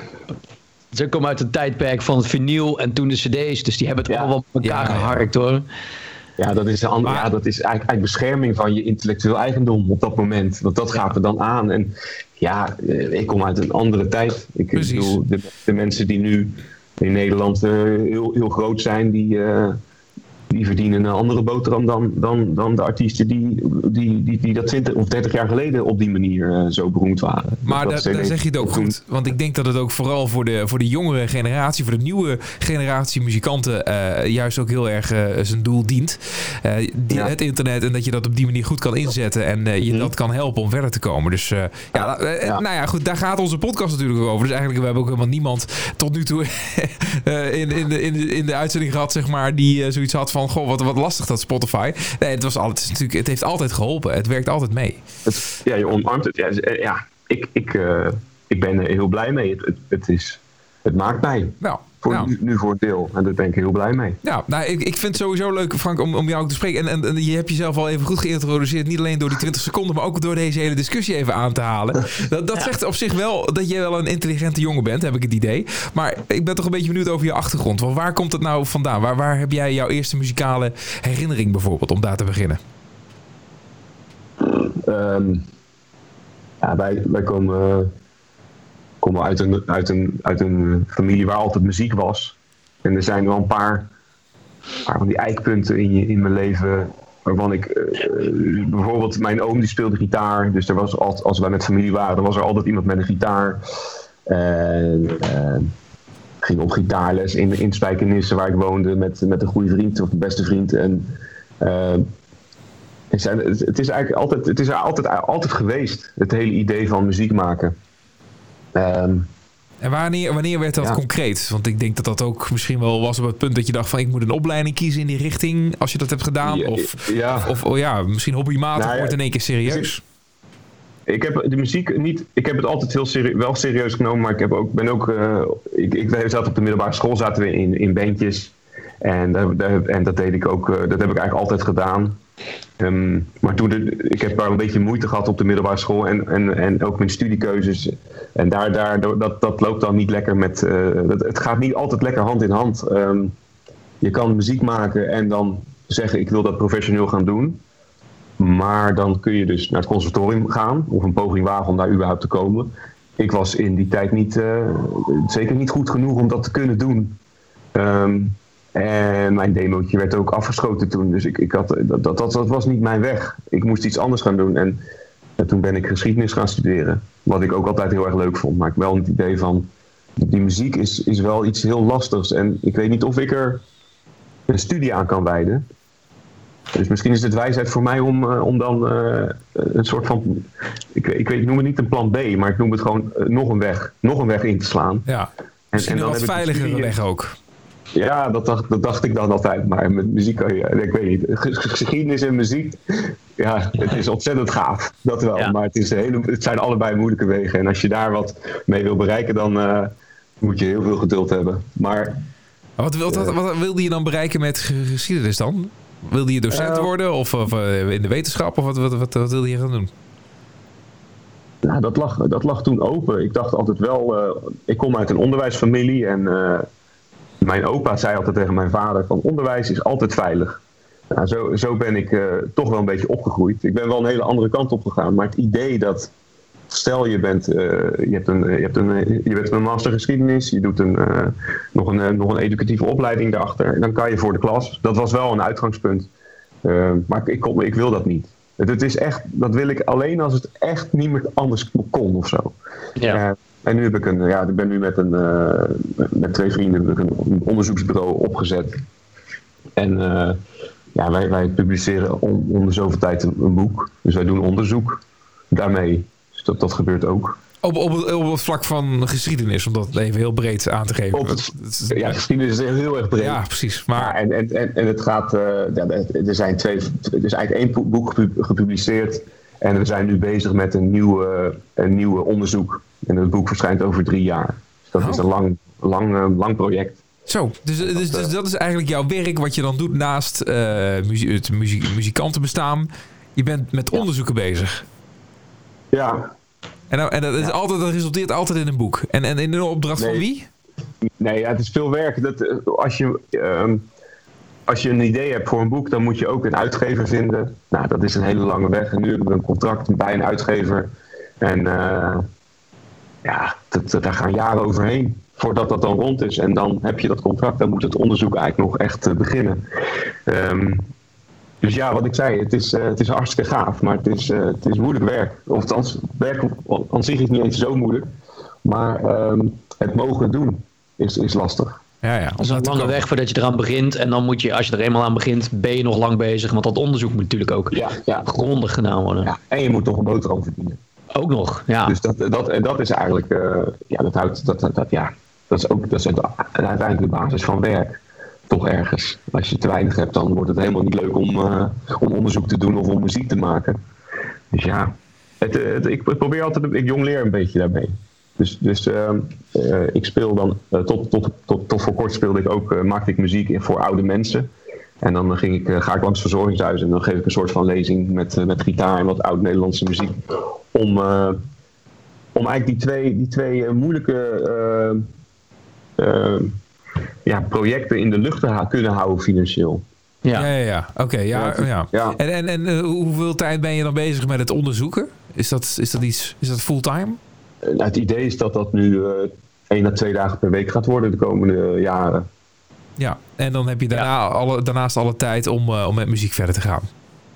Ze komen uit een tijdperk van het vinyl en toen de cd's. Dus die hebben het ja. allemaal op elkaar ja, geharkt ja. hoor. Ja, dat is, een ander, maar, ja, dat is eigenlijk, eigenlijk bescherming van je intellectueel eigendom op dat moment. Want dat gaat ja. er dan aan. En ja, ik kom uit een andere tijd. Ik Precies. bedoel, de, de mensen die nu in Nederland uh, heel, heel groot zijn, die, uh, die verdienen een andere boterham dan, dan, dan de artiesten die, die, die, die dat twintig of dertig jaar geleden op die manier uh, zo beroemd waren. Maar da, daar zeg je het ook goed. Want ik denk dat het ook vooral voor de, voor de jongere generatie, voor de nieuwe generatie muzikanten uh, juist ook heel erg uh, zijn doel dient. Uh, die, ja. Het internet en dat je dat op die manier goed kan inzetten en uh, je mm-hmm. dat kan helpen om verder te komen. Dus uh, ja, uh, ja. nou ja, goed, daar gaat onze podcast natuurlijk over. Dus eigenlijk we hebben ook helemaal niemand tot nu toe uh, in, in, de, in, de, in de uitzending gehad, zeg maar, die uh, zoiets had van goh, wat, wat lastig dat Spotify. Nee, het was altijd natuurlijk, het heeft altijd geholpen. Het werkt altijd mee. Het, ja, je omarmt het. Ja, ja ik, ik, uh, ik ben er heel blij mee. Het, het, het, is, het maakt mij. Nou, voor, nou. Nu, nu voor het deel. En daar ben ik heel blij mee. Ja, nou, ik, ik vind het sowieso leuk, Frank, om, om jou ook te spreken. En, en, en je hebt jezelf al even goed geïntroduceerd. Niet alleen door die twintig seconden, maar ook door deze hele discussie even aan te halen. Dat, dat ja. zegt op zich wel dat je wel een intelligente jongen bent, heb ik het idee. Maar ik ben toch een beetje benieuwd over je achtergrond. Want waar komt het nou vandaan? Waar, waar heb jij jouw eerste muzikale herinnering bijvoorbeeld, om daar te beginnen? Um, ja, wij, wij komen... Uh... kom uit een, uit, een, uit een familie waar altijd muziek was. En er zijn wel een paar, paar van die eikpunten in, je, in mijn leven waarvan ik... Uh, bijvoorbeeld mijn oom die speelde gitaar. Dus er was altijd, als wij met familie waren, dan was er altijd iemand met een gitaar. En uh, ging op gitaarles in, in Spijkenisse waar ik woonde met, met een goede vriend of een beste vriend. En uh, het is eigenlijk altijd, het is er altijd, altijd geweest, het hele idee van muziek maken. Um, en wanneer, wanneer werd dat ja. concreet? Want ik denk dat dat ook misschien wel was op het punt dat je dacht van ik moet een opleiding kiezen in die richting als je dat hebt gedaan. Ja, of, ja. of, of oh ja, misschien hobbymatig nou, ja, wordt in één keer serieus. Ik heb de muziek niet. Ik heb het altijd heel serie, wel serieus genomen, maar ik heb ook, ben ook. Uh, ik, ik zat op de middelbare school, zaten we in, in bandjes. En, daar, daar, en dat deed ik ook, uh, dat heb ik eigenlijk altijd gedaan. Um, maar toen de, ik heb daar een beetje moeite gehad op de middelbare school en, en, en ook mijn studiekeuzes. En daar, daar, dat, dat loopt dan niet lekker met. Uh, dat, het gaat niet altijd lekker hand in hand. Um, je kan muziek maken en dan zeggen ik wil dat professioneel gaan doen. Maar dan kun je dus naar het conservatorium gaan of een poging wagen om daar überhaupt te komen. Ik was in die tijd niet, uh, zeker niet goed genoeg om dat te kunnen doen. Um, En mijn demootje werd ook afgeschoten toen. Dus ik, ik had, dat, dat, dat was niet mijn weg. Ik moest iets anders gaan doen. En, en toen ben ik geschiedenis gaan studeren. Wat ik ook altijd heel erg leuk vond. Maar ik wel het idee van... Die muziek is, is wel iets heel lastigs. En ik weet niet of ik er een studie aan kan wijden. Dus misschien is het wijsheid voor mij om, uh, om dan uh, een soort van... Ik, ik, weet, ik noem het niet een plan B. Maar ik noem het gewoon uh, nog een weg. Nog een weg in te slaan. Ja, misschien en, en dan een wat veiligere weg ook. Ja, dat dacht, dat dacht ik dan altijd. Maar met muziek kan je... Ik weet niet. Geschiedenis en muziek... Ja, het is ontzettend gaaf. Dat wel. Ja. Maar het, is hele, het zijn allebei moeilijke wegen. En als je daar wat mee wil bereiken... dan uh, moet je heel veel geduld hebben. Maar... Wat, wil, wat, wat wilde je dan bereiken met geschiedenis dan? Wilde je docent uh, worden? Of, of uh, in de wetenschap? Of wat, wat, wat, wat wilde je gaan doen? Nou, dat lag, dat lag toen open. Ik dacht altijd wel... Uh, ik kom uit een onderwijsfamilie en... Uh, Mijn opa zei altijd tegen mijn vader van onderwijs is altijd veilig. Nou, zo, zo ben ik uh, toch wel een beetje opgegroeid. Ik ben wel een hele andere kant op gegaan. Maar het idee dat, stel je bent, uh, je, hebt een, je, hebt een, je bent een master geschiedenis. Je doet een, uh, nog, een, uh, nog een educatieve opleiding daarachter. Dan kan je voor de klas. Dat was wel een uitgangspunt. Uh, maar ik, ik, ik wil dat niet. Het, het is echt, dat wil ik alleen als het echt niet meer anders kon of zo. Ja. Uh, En nu heb ik een, ja, ik ben nu met, een, uh, met twee vrienden heb ik een onderzoeksbureau opgezet. En uh, ja, wij, wij publiceren om, om de zoveel tijd een, een boek. Dus wij doen onderzoek daarmee. Dus dat, dat gebeurt ook. Op, op, het, op het vlak van geschiedenis, om dat even heel breed aan te geven. Op het, ja, geschiedenis is heel erg breed. Ja, precies. Maar... Ja, en, en, en, en het gaat, uh, ja, er zijn twee, er is eigenlijk één boek gepubliceerd. En we zijn nu bezig met een nieuw, een nieuw onderzoek. En het boek verschijnt over drie jaar. Dus dat oh. is een lang, lang, lang project. Zo, dus, dus, dus, dus dat is eigenlijk jouw werk wat je dan doet naast uh, muzie- het muzie- muzikantenbestaan. Je bent met ja. onderzoeken bezig. Ja. En, en dat, is ja. altijd, dat resulteert altijd in een boek. En, en in een opdracht nee. van wie? Nee, ja, het is veel werk. Dat, als je... Um, Als je een idee hebt voor een boek, dan moet je ook een uitgever vinden. Nou, dat is een hele lange weg. En nu hebben we een contract bij een uitgever. En uh, ja, dat, dat, daar gaan jaren overheen voordat dat dan rond is. En dan heb je dat contract, dan moet het onderzoek eigenlijk nog echt uh, beginnen. Um, dus ja, wat ik zei, het is, uh, het is hartstikke gaaf, maar het is, uh, het is moeilijk werk. Of althans, werk aan zich is niet eens zo moeilijk. Maar um, het mogen doen is, is lastig. Ja, ja. Dat is een lange weg voordat je eraan begint. En dan moet je, als je er eenmaal aan begint, ben je nog lang bezig. Want dat onderzoek moet natuurlijk ook ja, ja. grondig gedaan worden. Ja, en je moet toch een boterham verdienen. Ook nog, ja. Dus dat, dat, en dat is eigenlijk, uh, ja, dat houdt, dat, dat, dat, ja, dat is ook, dat is uiteindelijk de basis van werk. Toch ergens. Als je te weinig hebt, dan wordt het helemaal niet leuk om, uh, om onderzoek te doen of om muziek te maken. Dus ja, het, het, ik probeer altijd, ik jongleer een beetje daarmee. Dus, dus uh, uh, ik speel dan, uh, tot, tot, tot, tot voor kort speelde ik ook, uh, maakte ik muziek voor oude mensen. En dan uh, ging ik, uh, ga ik langs verzorgingshuizen en dan geef ik een soort van lezing met, uh, met gitaar en wat oud-Nederlandse muziek. Om, uh, om eigenlijk die twee, die twee uh, moeilijke uh, uh, ja, projecten in de lucht te ha- kunnen houden financieel. Ja, ja, ja. ja. Oké, okay, ja, ja. ja. ja. En, en, en uh, hoeveel tijd ben je dan bezig met het onderzoeken? Is dat, is dat iets, is dat fulltime? Het idee is dat dat nu uh, één à twee dagen per week gaat worden de komende jaren. Ja, en dan heb je daarna ja. alle, daarnaast alle tijd om, uh, om met muziek verder te gaan.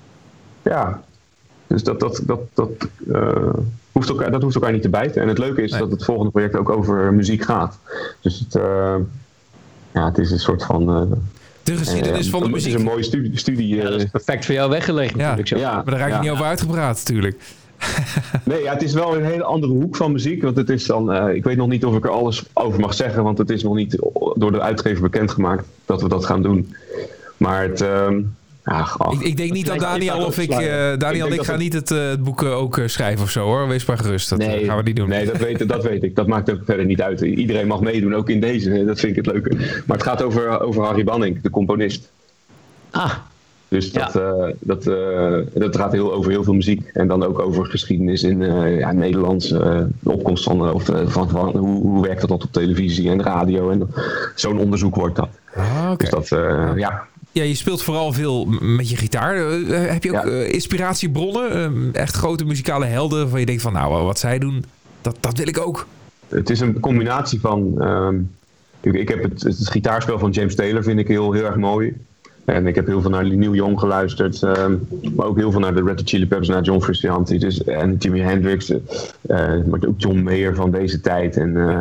Ja, dus dat, dat, dat, dat, uh, hoeft elkaar, dat hoeft elkaar niet te bijten. En het leuke is nee. dat het volgende project ook over muziek gaat. Dus het, uh, ja, het is een soort van... Uh, de geschiedenis uh, van de muziek. Het is een mooie studie. studie uh, ja, dat is perfect voor jou weggelegd ja. natuurlijk. Zo. Ja, maar daar raak je ja. niet over uitgepraat natuurlijk. Nee, ja, het is wel een hele andere hoek van muziek. Want het is dan, uh, ik weet nog niet of ik er alles over mag zeggen. Want het is nog niet door de uitgever bekendgemaakt dat we dat gaan doen. Maar het, uh, Ach, ach. Ik, ik denk niet dat Daniel of ik... Uh, Daniel en ik, ik gaan het... niet het, uh, het boek uh, ook uh, schrijven of zo, hoor. Wees maar gerust. Dat nee, uh, gaan we niet doen. Nee, dat weet, dat weet ik. Dat maakt ook verder niet uit. Iedereen mag meedoen, ook in deze. Dat vind ik het leuke. Maar het gaat over, over Harry Banning, de componist. Ah. Dus dat, ja. uh, dat, uh, dat gaat heel, over heel veel muziek. En dan ook over geschiedenis in uh, ja, Nederlands. Uh, de opkomst van, uh, of, uh, van, van hoe, hoe werkt dat op televisie en radio. En zo'n onderzoek wordt dat. Ah, okay. Dus dat, uh, ja... Ja, je speelt vooral veel met je gitaar. Uh, heb je ook ja. uh, inspiratiebronnen? Uh, echt grote muzikale helden waarvan je denkt van... nou, wat zij doen, dat, dat wil ik ook. Het is een combinatie van... Um, ik, ik heb het, het gitaarspel van James Taylor vind ik heel, heel erg mooi. En ik heb heel veel naar Neil Young geluisterd. Um, maar ook heel veel naar de Red Hot Chili Peppers, naar John Frusciante. Dus, en Jimi Hendrix. Uh, maar ook John Mayer van deze tijd. En... Uh,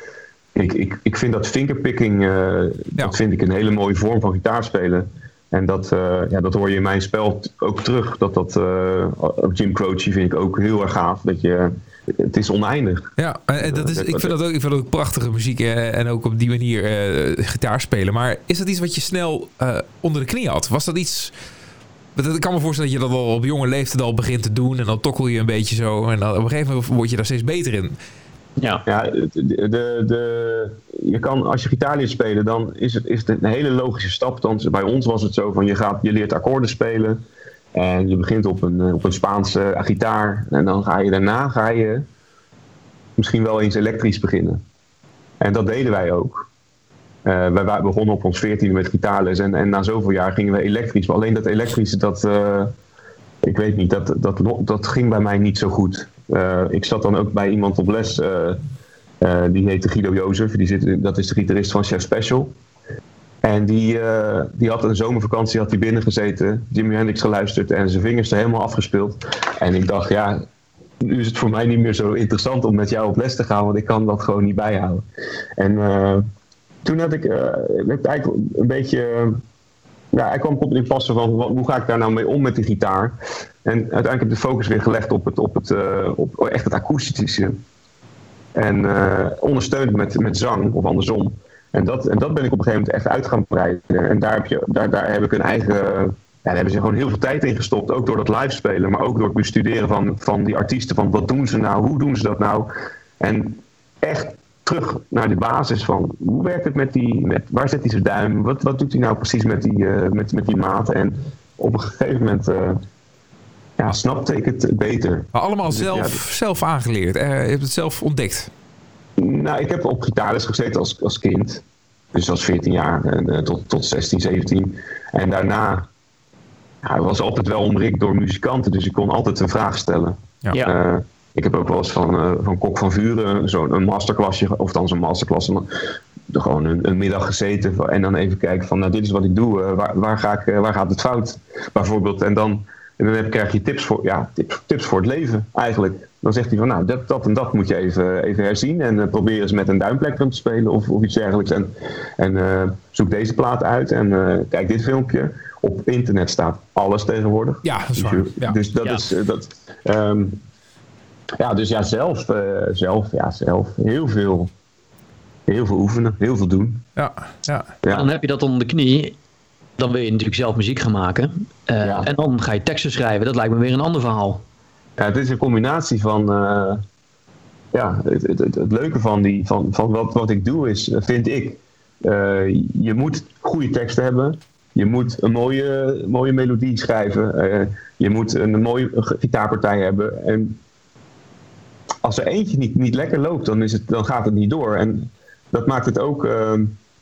Ik, ik, ik vind dat fingerpicking, uh, ja. dat vind ik een hele mooie vorm van gitaarspelen. En dat, uh, ja, dat hoor je in mijn spel ook terug. Dat dat, uh, Jim Croce vind ik ook heel erg gaaf. Dat je, het is oneindig. Ja, en dat is, ik, vind dat ook, ik vind dat ook prachtige muziek uh, en ook op die manier uh, gitaar spelen. Maar is dat iets wat je snel uh, onder de knie had? Was dat iets... Ik kan me voorstellen dat je dat al op jonge leeftijd al begint te doen. En dan tokkel je een beetje zo. En dan op een gegeven moment word je daar steeds beter in. Ja, ja de, de, de, je kan, als je gitaar leert spelen, dan is het, is het een hele logische stap. Dan, bij ons was het zo van, je, gaat, je leert akkoorden spelen en je begint op een, op een Spaanse gitaar. En dan ga je daarna ga je misschien wel eens elektrisch beginnen. En dat deden wij ook. Uh, wij, wij begonnen op ons veertiende met gitaarles en, en na zoveel jaar gingen we elektrisch. Maar alleen dat elektrische, dat, uh, ik weet niet, dat, dat, dat ging bij mij niet zo goed. Uh, ik zat dan ook bij iemand op les, uh, uh, die heette Guido Jozef, die zit, dat is de gitarist van Chef Special. En die, uh, die had een zomervakantie had hij binnen gezeten, Jimi Hendrix geluisterd en zijn vingers er helemaal afgespeeld. En ik dacht, ja, nu is het voor mij niet meer zo interessant om met jou op les te gaan, want ik kan dat gewoon niet bijhouden. En uh, toen had ik, uh, ik eigenlijk een beetje... Uh, Ja, hij kwam op in passen van hoe ga ik daar nou mee om met die gitaar. En uiteindelijk heb ik de focus weer gelegd op, het, op, het, uh, op echt het akoestische. En uh, ondersteund met, met zang of andersom. En dat, en dat ben ik op een gegeven moment echt uit gaan breiden. En daar heb, je, daar, daar heb ik een eigen... Ja, daar hebben ze gewoon heel veel tijd in gestopt. Ook door dat live spelen, maar ook door het bestuderen van, van die artiesten. Van wat doen ze nou, hoe doen ze dat nou? En echt... terug naar de basis van hoe werkt het met die, met, waar zet hij zijn duim, wat, wat doet hij nou precies met die, uh, met, met die maten en op een gegeven moment uh, ja, snapte ik het beter. Maar allemaal dus, zelf, ja, zelf aangeleerd, uh, je hebt het zelf ontdekt? Nou, ik heb op gitaarles gezeten als, als kind, dus als veertien jaar uh, tot, tot zestien, zeventien en daarna ja, was altijd wel omringd door muzikanten, dus ik kon altijd een vraag stellen. Ja. Uh, Ik heb ook wel eens van, uh, van Kok van Vuren zo'n masterclassje, of dan zo'n masterclass, gewoon een, een middag gezeten en dan even kijken van, nou dit is wat ik doe, uh, waar, waar, ga ik, uh, waar gaat het fout, bijvoorbeeld. En dan, en dan krijg je tips voor, ja, tips, tips voor het leven eigenlijk. Dan zegt hij van, nou dat, dat en dat moet je even, even herzien en uh, probeer eens met een duimplektrum te spelen of, of iets dergelijks. En, en uh, zoek deze plaat uit en uh, kijk dit filmpje. Op internet staat alles tegenwoordig. Ja, dat is waar. Ja. Dus dat ja. is... Uh, dat, um, Ja, dus ja, zelf, uh, zelf, ja, zelf. Heel veel, heel veel oefenen, heel veel doen. Ja, ja. ja. Dan heb je dat onder de knie. Dan wil je natuurlijk zelf muziek gaan maken. Uh, ja. En dan ga je teksten schrijven. Dat lijkt me weer een ander verhaal. Ja, het is een combinatie van... Uh, ja, het, het, het, het leuke van, die, van, van wat, wat ik doe is, vind ik... Uh, je moet goede teksten hebben. Je moet een mooie, mooie melodie schrijven. Uh, je moet een mooie gitaarpartij hebben. En... Als er eentje niet, niet lekker loopt, dan, is het, dan gaat het niet door. En dat maakt het ook uh,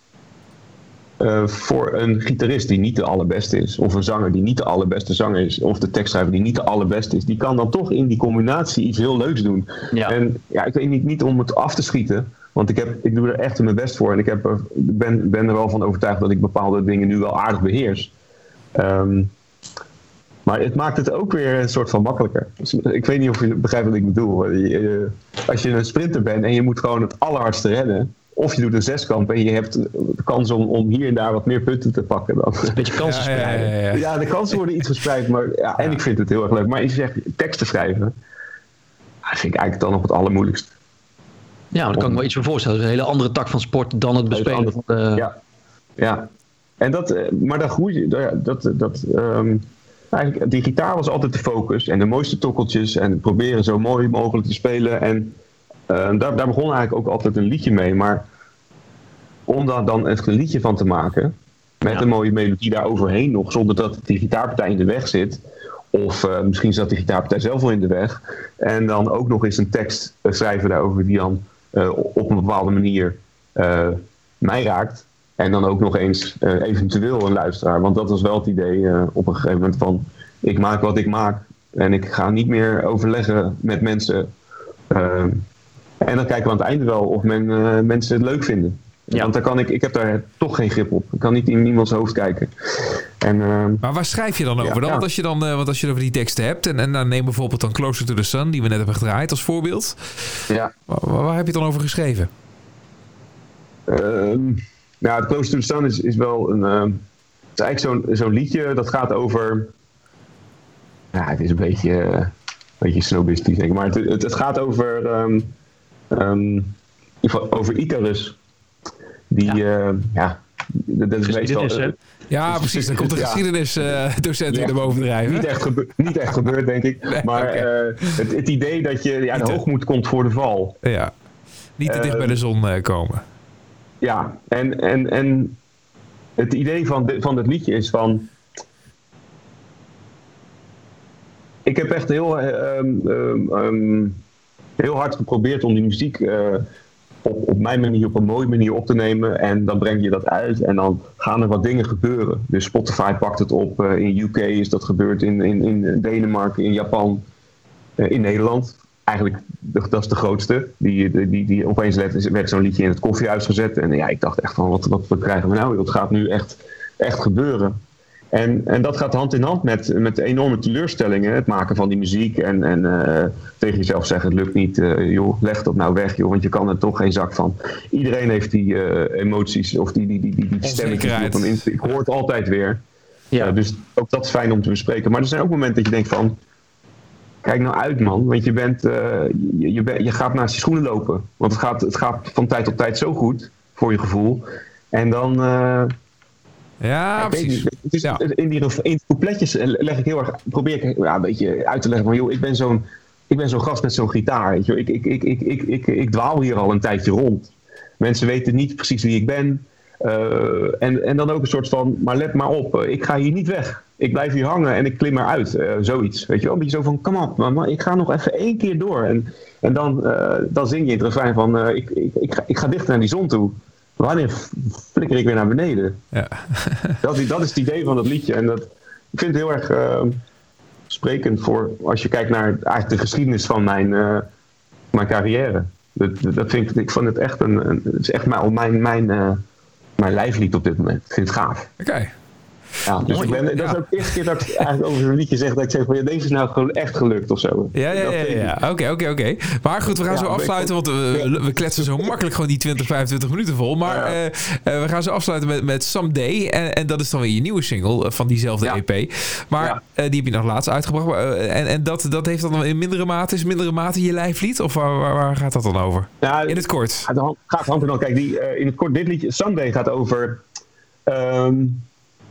uh, voor een gitarist die niet de allerbeste is. Of een zanger die niet de allerbeste zanger is. Of de tekstschrijver die niet de allerbeste is. Die kan dan toch in die combinatie iets heel leuks doen. Ja. En ja, ik weet niet, niet om het af te schieten. Want ik, heb, ik doe er echt mijn best voor. En ik heb er, ben, ben er wel van overtuigd dat ik bepaalde dingen nu wel aardig beheers. Um, Maar het maakt het ook weer een soort van makkelijker. Dus ik weet niet of je begrijpt wat ik bedoel. Als je een sprinter bent en je moet gewoon het allerhardste rennen. Of je doet een zeskamp en je hebt de kans om, om hier en daar wat meer punten te pakken. Dan. Een beetje kansen spreiden. Ja, ja, ja, ja. ja, de kansen worden iets verspreid. Maar, ja, en ik vind het heel erg leuk. Maar als je zegt teksten schrijven. Dat vind ik eigenlijk dan nog het allermoeilijkst. Ja, maar daar kan ik me iets van voorstellen. Dat is een hele andere tak van sport dan het bespelen van de... Ja, ja. en dat, maar dan groei je, dat, dat, um, eigenlijk, die gitaar was altijd de focus en de mooiste tokkeltjes en proberen zo mooi mogelijk te spelen. En uh, daar, daar begon eigenlijk ook altijd een liedje mee. Maar om daar dan echt een liedje van te maken, met ja. een mooie melodie daar overheen nog, zonder dat die gitaarpartij in de weg zit. Of uh, misschien zat die gitaarpartij zelf wel in de weg. En dan ook nog eens een tekst uh, schrijven daarover die dan uh, op een bepaalde manier uh, mij raakt. En dan ook nog eens uh, eventueel een luisteraar. Want dat was wel het idee uh, op een gegeven moment van... ik maak wat ik maak en ik ga niet meer overleggen met mensen. Uh, en dan kijken we aan het einde wel of men, uh, mensen het leuk vinden. Ja. Want daar kan ik, ik heb daar toch geen grip op. Ik kan niet in niemands hoofd kijken. En, uh, maar waar schrijf je dan over? Ja, dan? ja. Want als je dan, uh, want als je over die teksten hebt... en, en dan neem bijvoorbeeld dan Closer to the Sun... die we net hebben gedraaid als voorbeeld. Ja. Waar, waar heb je het dan over geschreven? Uh, nou, het Closer to the Sun is, is wel een... Uh, het is eigenlijk zo'n, zo'n liedje dat gaat over... Ja, het is een beetje... Uh, een beetje snobistisch, denk ik. Maar het, het, het gaat over... Um, um, over Icarus... Die, ja, uh, ja dat is meestal... Uh, ja, precies. Dan komt de geschiedenisdocent uh, weer naar boven drijven. Niet echt, gebe- niet echt gebeurd, denk ik. Nee, maar okay. uh, het, het idee dat je ja, de hoogmoed komt voor de val. Ja, niet te uh, dicht bij de zon uh, komen. Ja, en, en, en het idee van, de, van het liedje is van... Ik heb echt heel, um, um, um, heel hard geprobeerd om die muziek... Uh, Op, op mijn manier, op een mooie manier op te nemen. En dan breng je dat uit. En dan gaan er wat dingen gebeuren. Dus Spotify pakt het op. Uh, in U K is dat gebeurd. In, in, in Denemarken, in Japan. Uh, in Nederland. Eigenlijk, dat is de grootste. Die, die, die, die opeens werd, werd zo'n liedje in het koffiehuis gezet. En ja, ik dacht echt van, wat, wat, wat krijgen we nou? Dat gaat nu echt, echt gebeuren. En, en dat gaat hand in hand met, met enorme teleurstellingen. Het maken van die muziek en, en uh, tegen jezelf zeggen het lukt niet. Uh, joh, leg dat nou weg, joh, want je kan er toch geen zak van. Iedereen heeft die uh, emoties of die, die, die, die, die stemmetjes op hem in. Ik hoor het altijd weer. Ja. Uh, dus ook dat is fijn om te bespreken. Maar er zijn ook momenten dat je denkt van... Kijk nou uit, man. Want je, bent, uh, je, je, ben, je gaat naast je schoenen lopen. Want het gaat, het gaat van tijd tot tijd zo goed, voor je gevoel. En dan... Uh, Ja, ja, precies. Het is, ja. In die in die coupletjes leg ik heel erg, probeer ik ja, een beetje uit te leggen van, joh, ik ben zo'n, ik ben zo'n gast met zo'n gitaar. Weet je, ik, ik, ik, ik, ik, ik, ik dwaal hier al een tijdje rond. Mensen weten niet precies wie ik ben. Uh, en, en dan ook een soort van, maar let maar op, ik ga hier niet weg. Ik blijf hier hangen en ik klim eruit. Uh, zoiets. Weet je wel, een beetje zo van, kom op, man, maar ik ga nog even één keer door. En, en dan, uh, dan zing je in het refrein van, uh, ik, ik, ik, ga, ik ga dichter naar die zon toe. Wanneer flikker ik weer naar beneden? Ja. dat, dat is het idee van dat liedje. En dat, ik vind het heel erg uh, sprekend voor als je kijkt naar eigenlijk de geschiedenis van mijn, uh, mijn carrière. Dat, dat vind ik, ik vond het echt een, een het is echt mijn, mijn, mijn, uh, mijn lijflied op dit moment. Ik vind het gaaf. Oké. Okay. Ja, dus ik ben, dat ja. is ook de eerste keer dat ik eigenlijk over zo'n liedje zeg dat ik zeg van ja, deze is nou gewoon echt gelukt of zo. Ja, ja, ja. ja. Oké, oké, oké. Maar goed, we gaan ja, zo afsluiten, want we, we kletsen zo makkelijk gewoon die twintig, vijfentwintig minuten vol. Maar ja, ja. Uh, we gaan zo afsluiten met, met Someday. En, en dat is dan weer je nieuwe single van diezelfde ja. E P. Maar ja. uh, die heb je nog laatst uitgebracht. Uh, en en dat, dat heeft dan in mindere mate, is mindere mate je lijflied? Of waar, waar, waar gaat dat dan over? Ja, in het kort. Het gaat hand in hand. Kijk, die, uh, in het kort, dit liedje, Someday, gaat over... Um,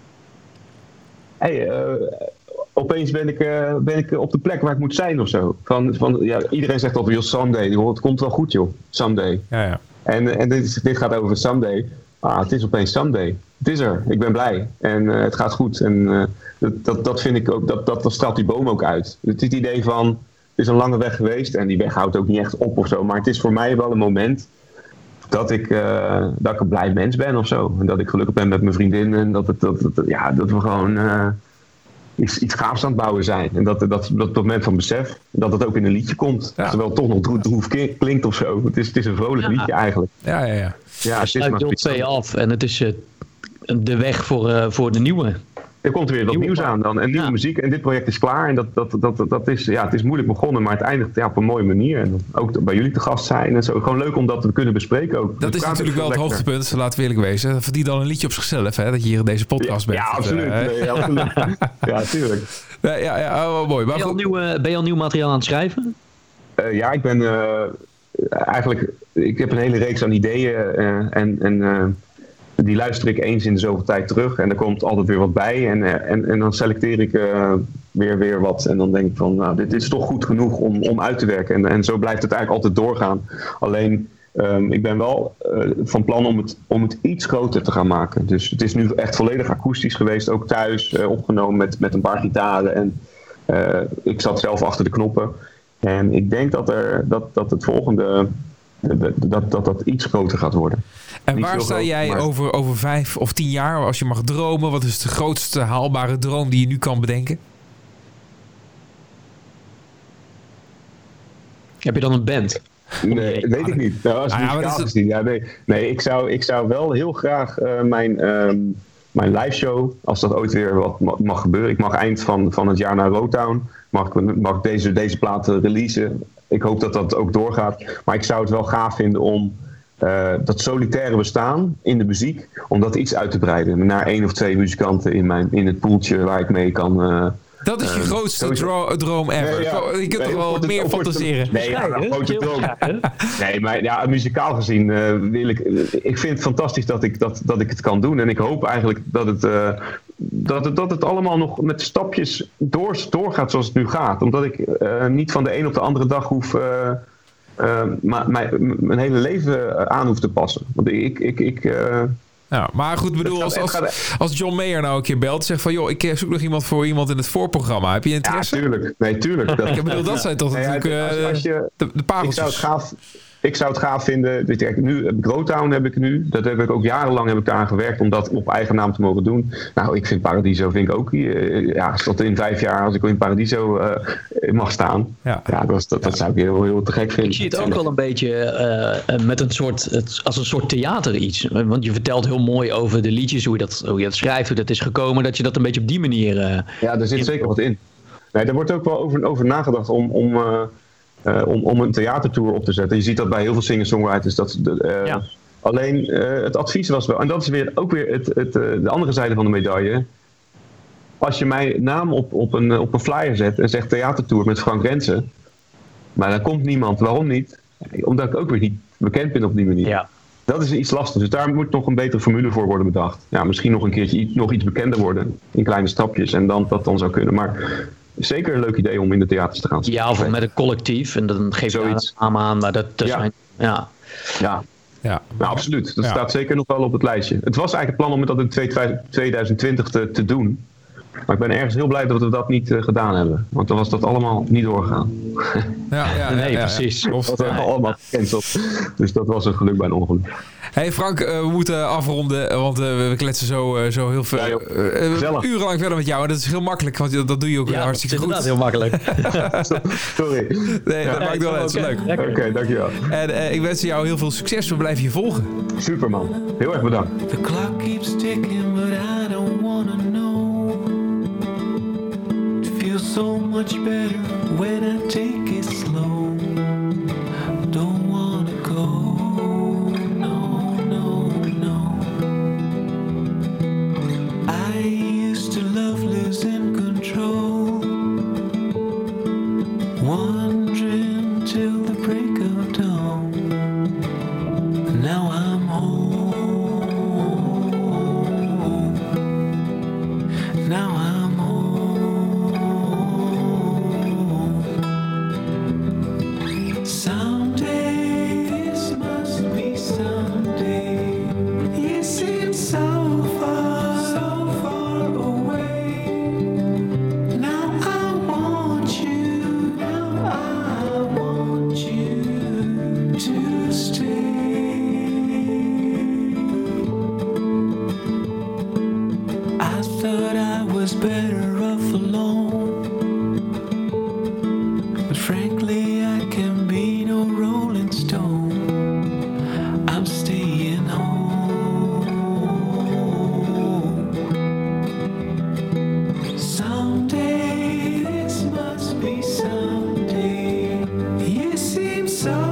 Hey, uh, opeens ben ik, uh, ben ik op de plek waar ik moet zijn of zo. Van, van, ja, iedereen zegt altijd, joh, someday. Het komt wel goed, joh. Someday. Ja, ja. En, en dit, dit gaat over someday. Ah, het is opeens someday. Het is er. Ik ben blij. En uh, het gaat goed. En uh, dat, dat, dat vind ik ook, dat, dat, dat straalt die boom ook uit. Het is het idee van, het is een lange weg geweest. En die weg houdt ook niet echt op of zo. Maar het is voor mij wel een moment... Dat ik, uh, dat ik een blij mens ben of zo. En dat ik gelukkig ben met mijn vriendin. En dat, het, dat, dat, ja, dat we gewoon uh, iets, iets gaafs aan het bouwen zijn. En dat, dat, dat, dat moment van besef, dat het ook in een liedje komt. Ja. Terwijl het toch nog droef, droef klinkt of zo. Het is, het is een vrolijk ja. liedje eigenlijk. Ja, ja, ja. ja het sluit deel twee af en het is uh, de weg voor, uh, voor de nieuwe. Er komt weer wat nieuwe nieuws aan dan. En nieuwe ja. muziek. En dit project is klaar. En dat, dat, dat, dat is, ja, het is moeilijk begonnen. Maar het eindigt ja, op een mooie manier. En ook bij jullie te gast zijn. En zo. Gewoon leuk om dat te kunnen bespreken ook. Dat is natuurlijk wel het hoogtepunt. Laten we eerlijk wezen. Dat verdient dan een liedje op zichzelf. Hè, dat je hier in deze podcast ja, bent. Ja, absoluut. Uh, nee, ja, absoluut. ja, tuurlijk. Ja, ja, ja oh, mooi. Maar ben, je al nieuw, uh, ben je al nieuw materiaal aan het schrijven? Uh, ja, ik ben uh, eigenlijk... Ik heb een hele reeks aan ideeën. Uh, en... en uh, die luister ik eens in de zoveel tijd terug. En er komt altijd weer wat bij. En, en, en dan selecteer ik uh, weer, weer wat. En dan denk ik van, nou, dit is toch goed genoeg om, om uit te werken. En, en zo blijft het eigenlijk altijd doorgaan. Alleen, um, ik ben wel uh, van plan om het, om het iets groter te gaan maken. Dus het is nu echt volledig akoestisch geweest. Ook thuis uh, opgenomen met, met een paar gitaren. En uh, ik zat zelf achter de knoppen. En ik denk dat, er, dat, dat het volgende... Dat, dat dat iets groter gaat worden. En Niet waar sta groot, jij maar... over, over vijf of tien jaar, als je mag dromen? Wat is de grootste haalbare droom die je nu kan bedenken? Heb je dan een band? Nee, weet ik niet. Nou, als ah, ja, muzikaal het... gezien, ja, nee, nee ik, zou, ik zou wel heel graag uh, mijn, um, mijn live show, als dat ooit weer wat mag gebeuren. Ik mag eind van, van het jaar naar Rotown. Mag ik, mag ik deze, deze plaat releasen. Ik hoop dat dat ook doorgaat. Maar ik zou het wel gaaf vinden om uh, dat solitaire bestaan in de muziek, om dat iets uit te breiden. Naar één of twee muzikanten in, mijn, in het poeltje waar ik mee kan... Uh, dat is je uh, grootste dro- droom ever. Nee, ja. Je kunt nee, toch wel meer fantaseren. Nee, ja, een grootste droom. Nee, maar ja, muzikaal gezien uh, wil ik... Ik vind het fantastisch dat ik, dat, dat ik het kan doen. En ik hoop eigenlijk dat het... Uh, Dat het, dat het allemaal nog met stapjes door, doorgaat zoals het nu gaat. Omdat ik uh, niet van de een op de andere dag hoef... Uh, uh, maar, mijn, mijn hele leven aan hoef te passen. Want ik... ik, ik uh, ja, maar goed, bedoel, als, als, als John Mayer nou een keer belt en zegt van... joh, ik zoek nog iemand voor iemand in het voorprogramma. Heb je interesse? Ja, tuurlijk. Nee, tuurlijk. Dat, ik bedoel, dat zijn toch nee, natuurlijk als, als je, de, de pareltjes. Ik zou het gaaf... Ik zou het gaaf vinden, weet je, nu heb ik Rotown heb ik nu, dat heb ik ook jarenlang heb ik daaraan gewerkt om dat op eigen naam te mogen doen. Nou, ik vind Paradiso vind ik ook, uh, ja, als dat in vijf jaar als ik in Paradiso uh, mag staan, ja, ja dat, dat, dat zou ik heel, heel te gek vinden. Ik zie het ook wel een beetje uh, met een soort, het, als een soort theater iets, want je vertelt heel mooi over de liedjes, hoe je dat, hoe je dat schrijft, hoe dat is gekomen, dat je dat een beetje op die manier... Uh, ja, er zit zeker wat in. Nee, daar wordt ook wel over, over nagedacht om... om uh, Uh, om, om een theatertour op te zetten. Je ziet dat bij heel veel singer-songwriters. Dat, uh, ja. Alleen uh, het advies was wel... En dat is weer, ook weer het, het, uh, de andere zijde van de medaille. Als je mijn naam op, op, een, op een flyer zet en zegt theatertour met Frank Rensen. Maar dan komt niemand. Waarom niet? Omdat ik ook weer niet bekend ben op die manier. Ja. Dat is iets lastigs. Dus daar moet nog een betere formule voor worden bedacht. Ja, misschien nog een keertje nog iets bekender worden. In kleine stapjes. En dan dat dan zou kunnen. Maar... Zeker een leuk idee om in de theaters te gaan. Ja, of met een collectief. En dan geef je een naam aan. Maar dat, dat ja. zijn... Ja. Ja. Ja. Nou, absoluut. Dat ja. staat zeker nog wel op het lijstje. Het was eigenlijk het plan om dat in twintig twintig te, te doen. Maar ik ben ergens heel blij dat we dat niet uh, gedaan hebben. Want dan was dat allemaal niet doorgegaan. Ja, ja, nee, ja, precies. Ja, ja. Dat was allemaal gecanceld. Dus dat was een geluk bij een ongeluk. Hey Frank, uh, we moeten afronden, want uh, we kletsen zo, uh, zo heel veel ja, uh, urenlang verder met jou. En dat is heel makkelijk, want dat, dat doe je ook ja, hartstikke goed. Ja, dat is inderdaad heel makkelijk. Sorry. Nee, ja, dat maakt wel eens leuk. Oké, okay, dankjewel. En uh, ik wens jou heel veel succes. We blijven je volgen. Super man. Heel erg bedankt. The clock keeps ticking, but I don't wanna know. It feels so much better when I take it slow. Don't wanna go. Losing control, wandering till the break of dawn. Now I'm home. Now I'm home. Someday this must be someday. You seem so far, so far away. To stay. I thought I was better off alone, but frankly I can be no Rolling Stone. I'm staying home. Someday this must be someday. You seem so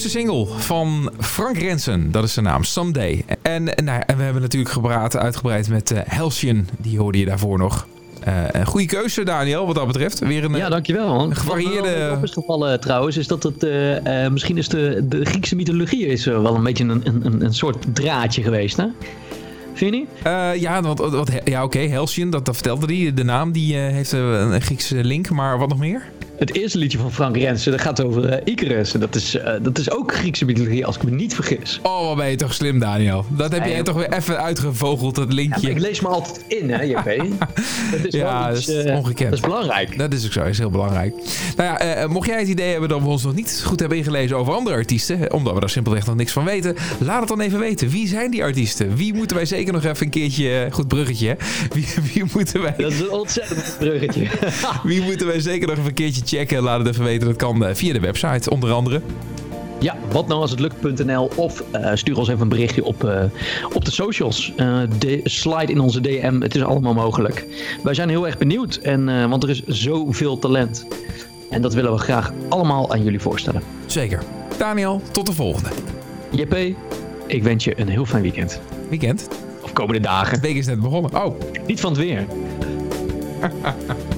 nieuwste single van Frank Rensen. Dat is zijn naam, Someday. En, nou, en we hebben natuurlijk gepraat uitgebreid met uh, Halcyon. Die hoorde je daarvoor nog. Uh, een goede keuze, Daniel, wat dat betreft. Weer een, ja, dankjewel. Een gevarieerde... Wat me op is gevallen trouwens, is dat het uh, uh, misschien is de, de Griekse mythologie is uh, wel een beetje een, een, een soort draadje geweest, hè? Vind je niet? Uh, ja, wat, wat, ja oké, okay, Halcyon, dat, dat vertelde hij. De naam die uh, heeft uh, een Griekse link, maar wat nog meer? Het eerste liedje van Frank Rensen, dat gaat over uh, Icarus. Dat is, uh, dat is ook Griekse mythologie, als ik me niet vergis. Oh, wat ben je toch slim, Daniel. Dat heb jij toch weer even uitgevogeld, dat linkje. Ja, ik lees me altijd in, hè, J P. Dat is ja, iets, dat is uh, ongekend. Dat is belangrijk. Dat is ook zo, dat is heel belangrijk. Nou ja, uh, mocht jij het idee hebben dat we ons nog niet goed hebben ingelezen over andere artiesten, omdat we daar simpelweg nog niks van weten, laat het dan even weten. Wie zijn die artiesten? Wie moeten wij zeker nog even een keertje, goed bruggetje, hè? Wie, wie moeten wij... Dat is een ontzettend goed bruggetje. Wie moeten wij zeker nog even een keertje checken? Laat het even weten. Dat kan via de website, onder andere. Ja, wat nou als het lukt punt n l of uh, stuur ons even een berichtje op, uh, op de socials. Uh, de, slide in onze D M, het is allemaal mogelijk. Wij zijn heel erg benieuwd, en, uh, want er is zoveel talent. En dat willen we graag allemaal aan jullie voorstellen. Zeker. Daniel, tot de volgende. J P, ik wens je een heel fijn weekend. Weekend? Of komende dagen. De week is net begonnen. Oh. Niet van het weer.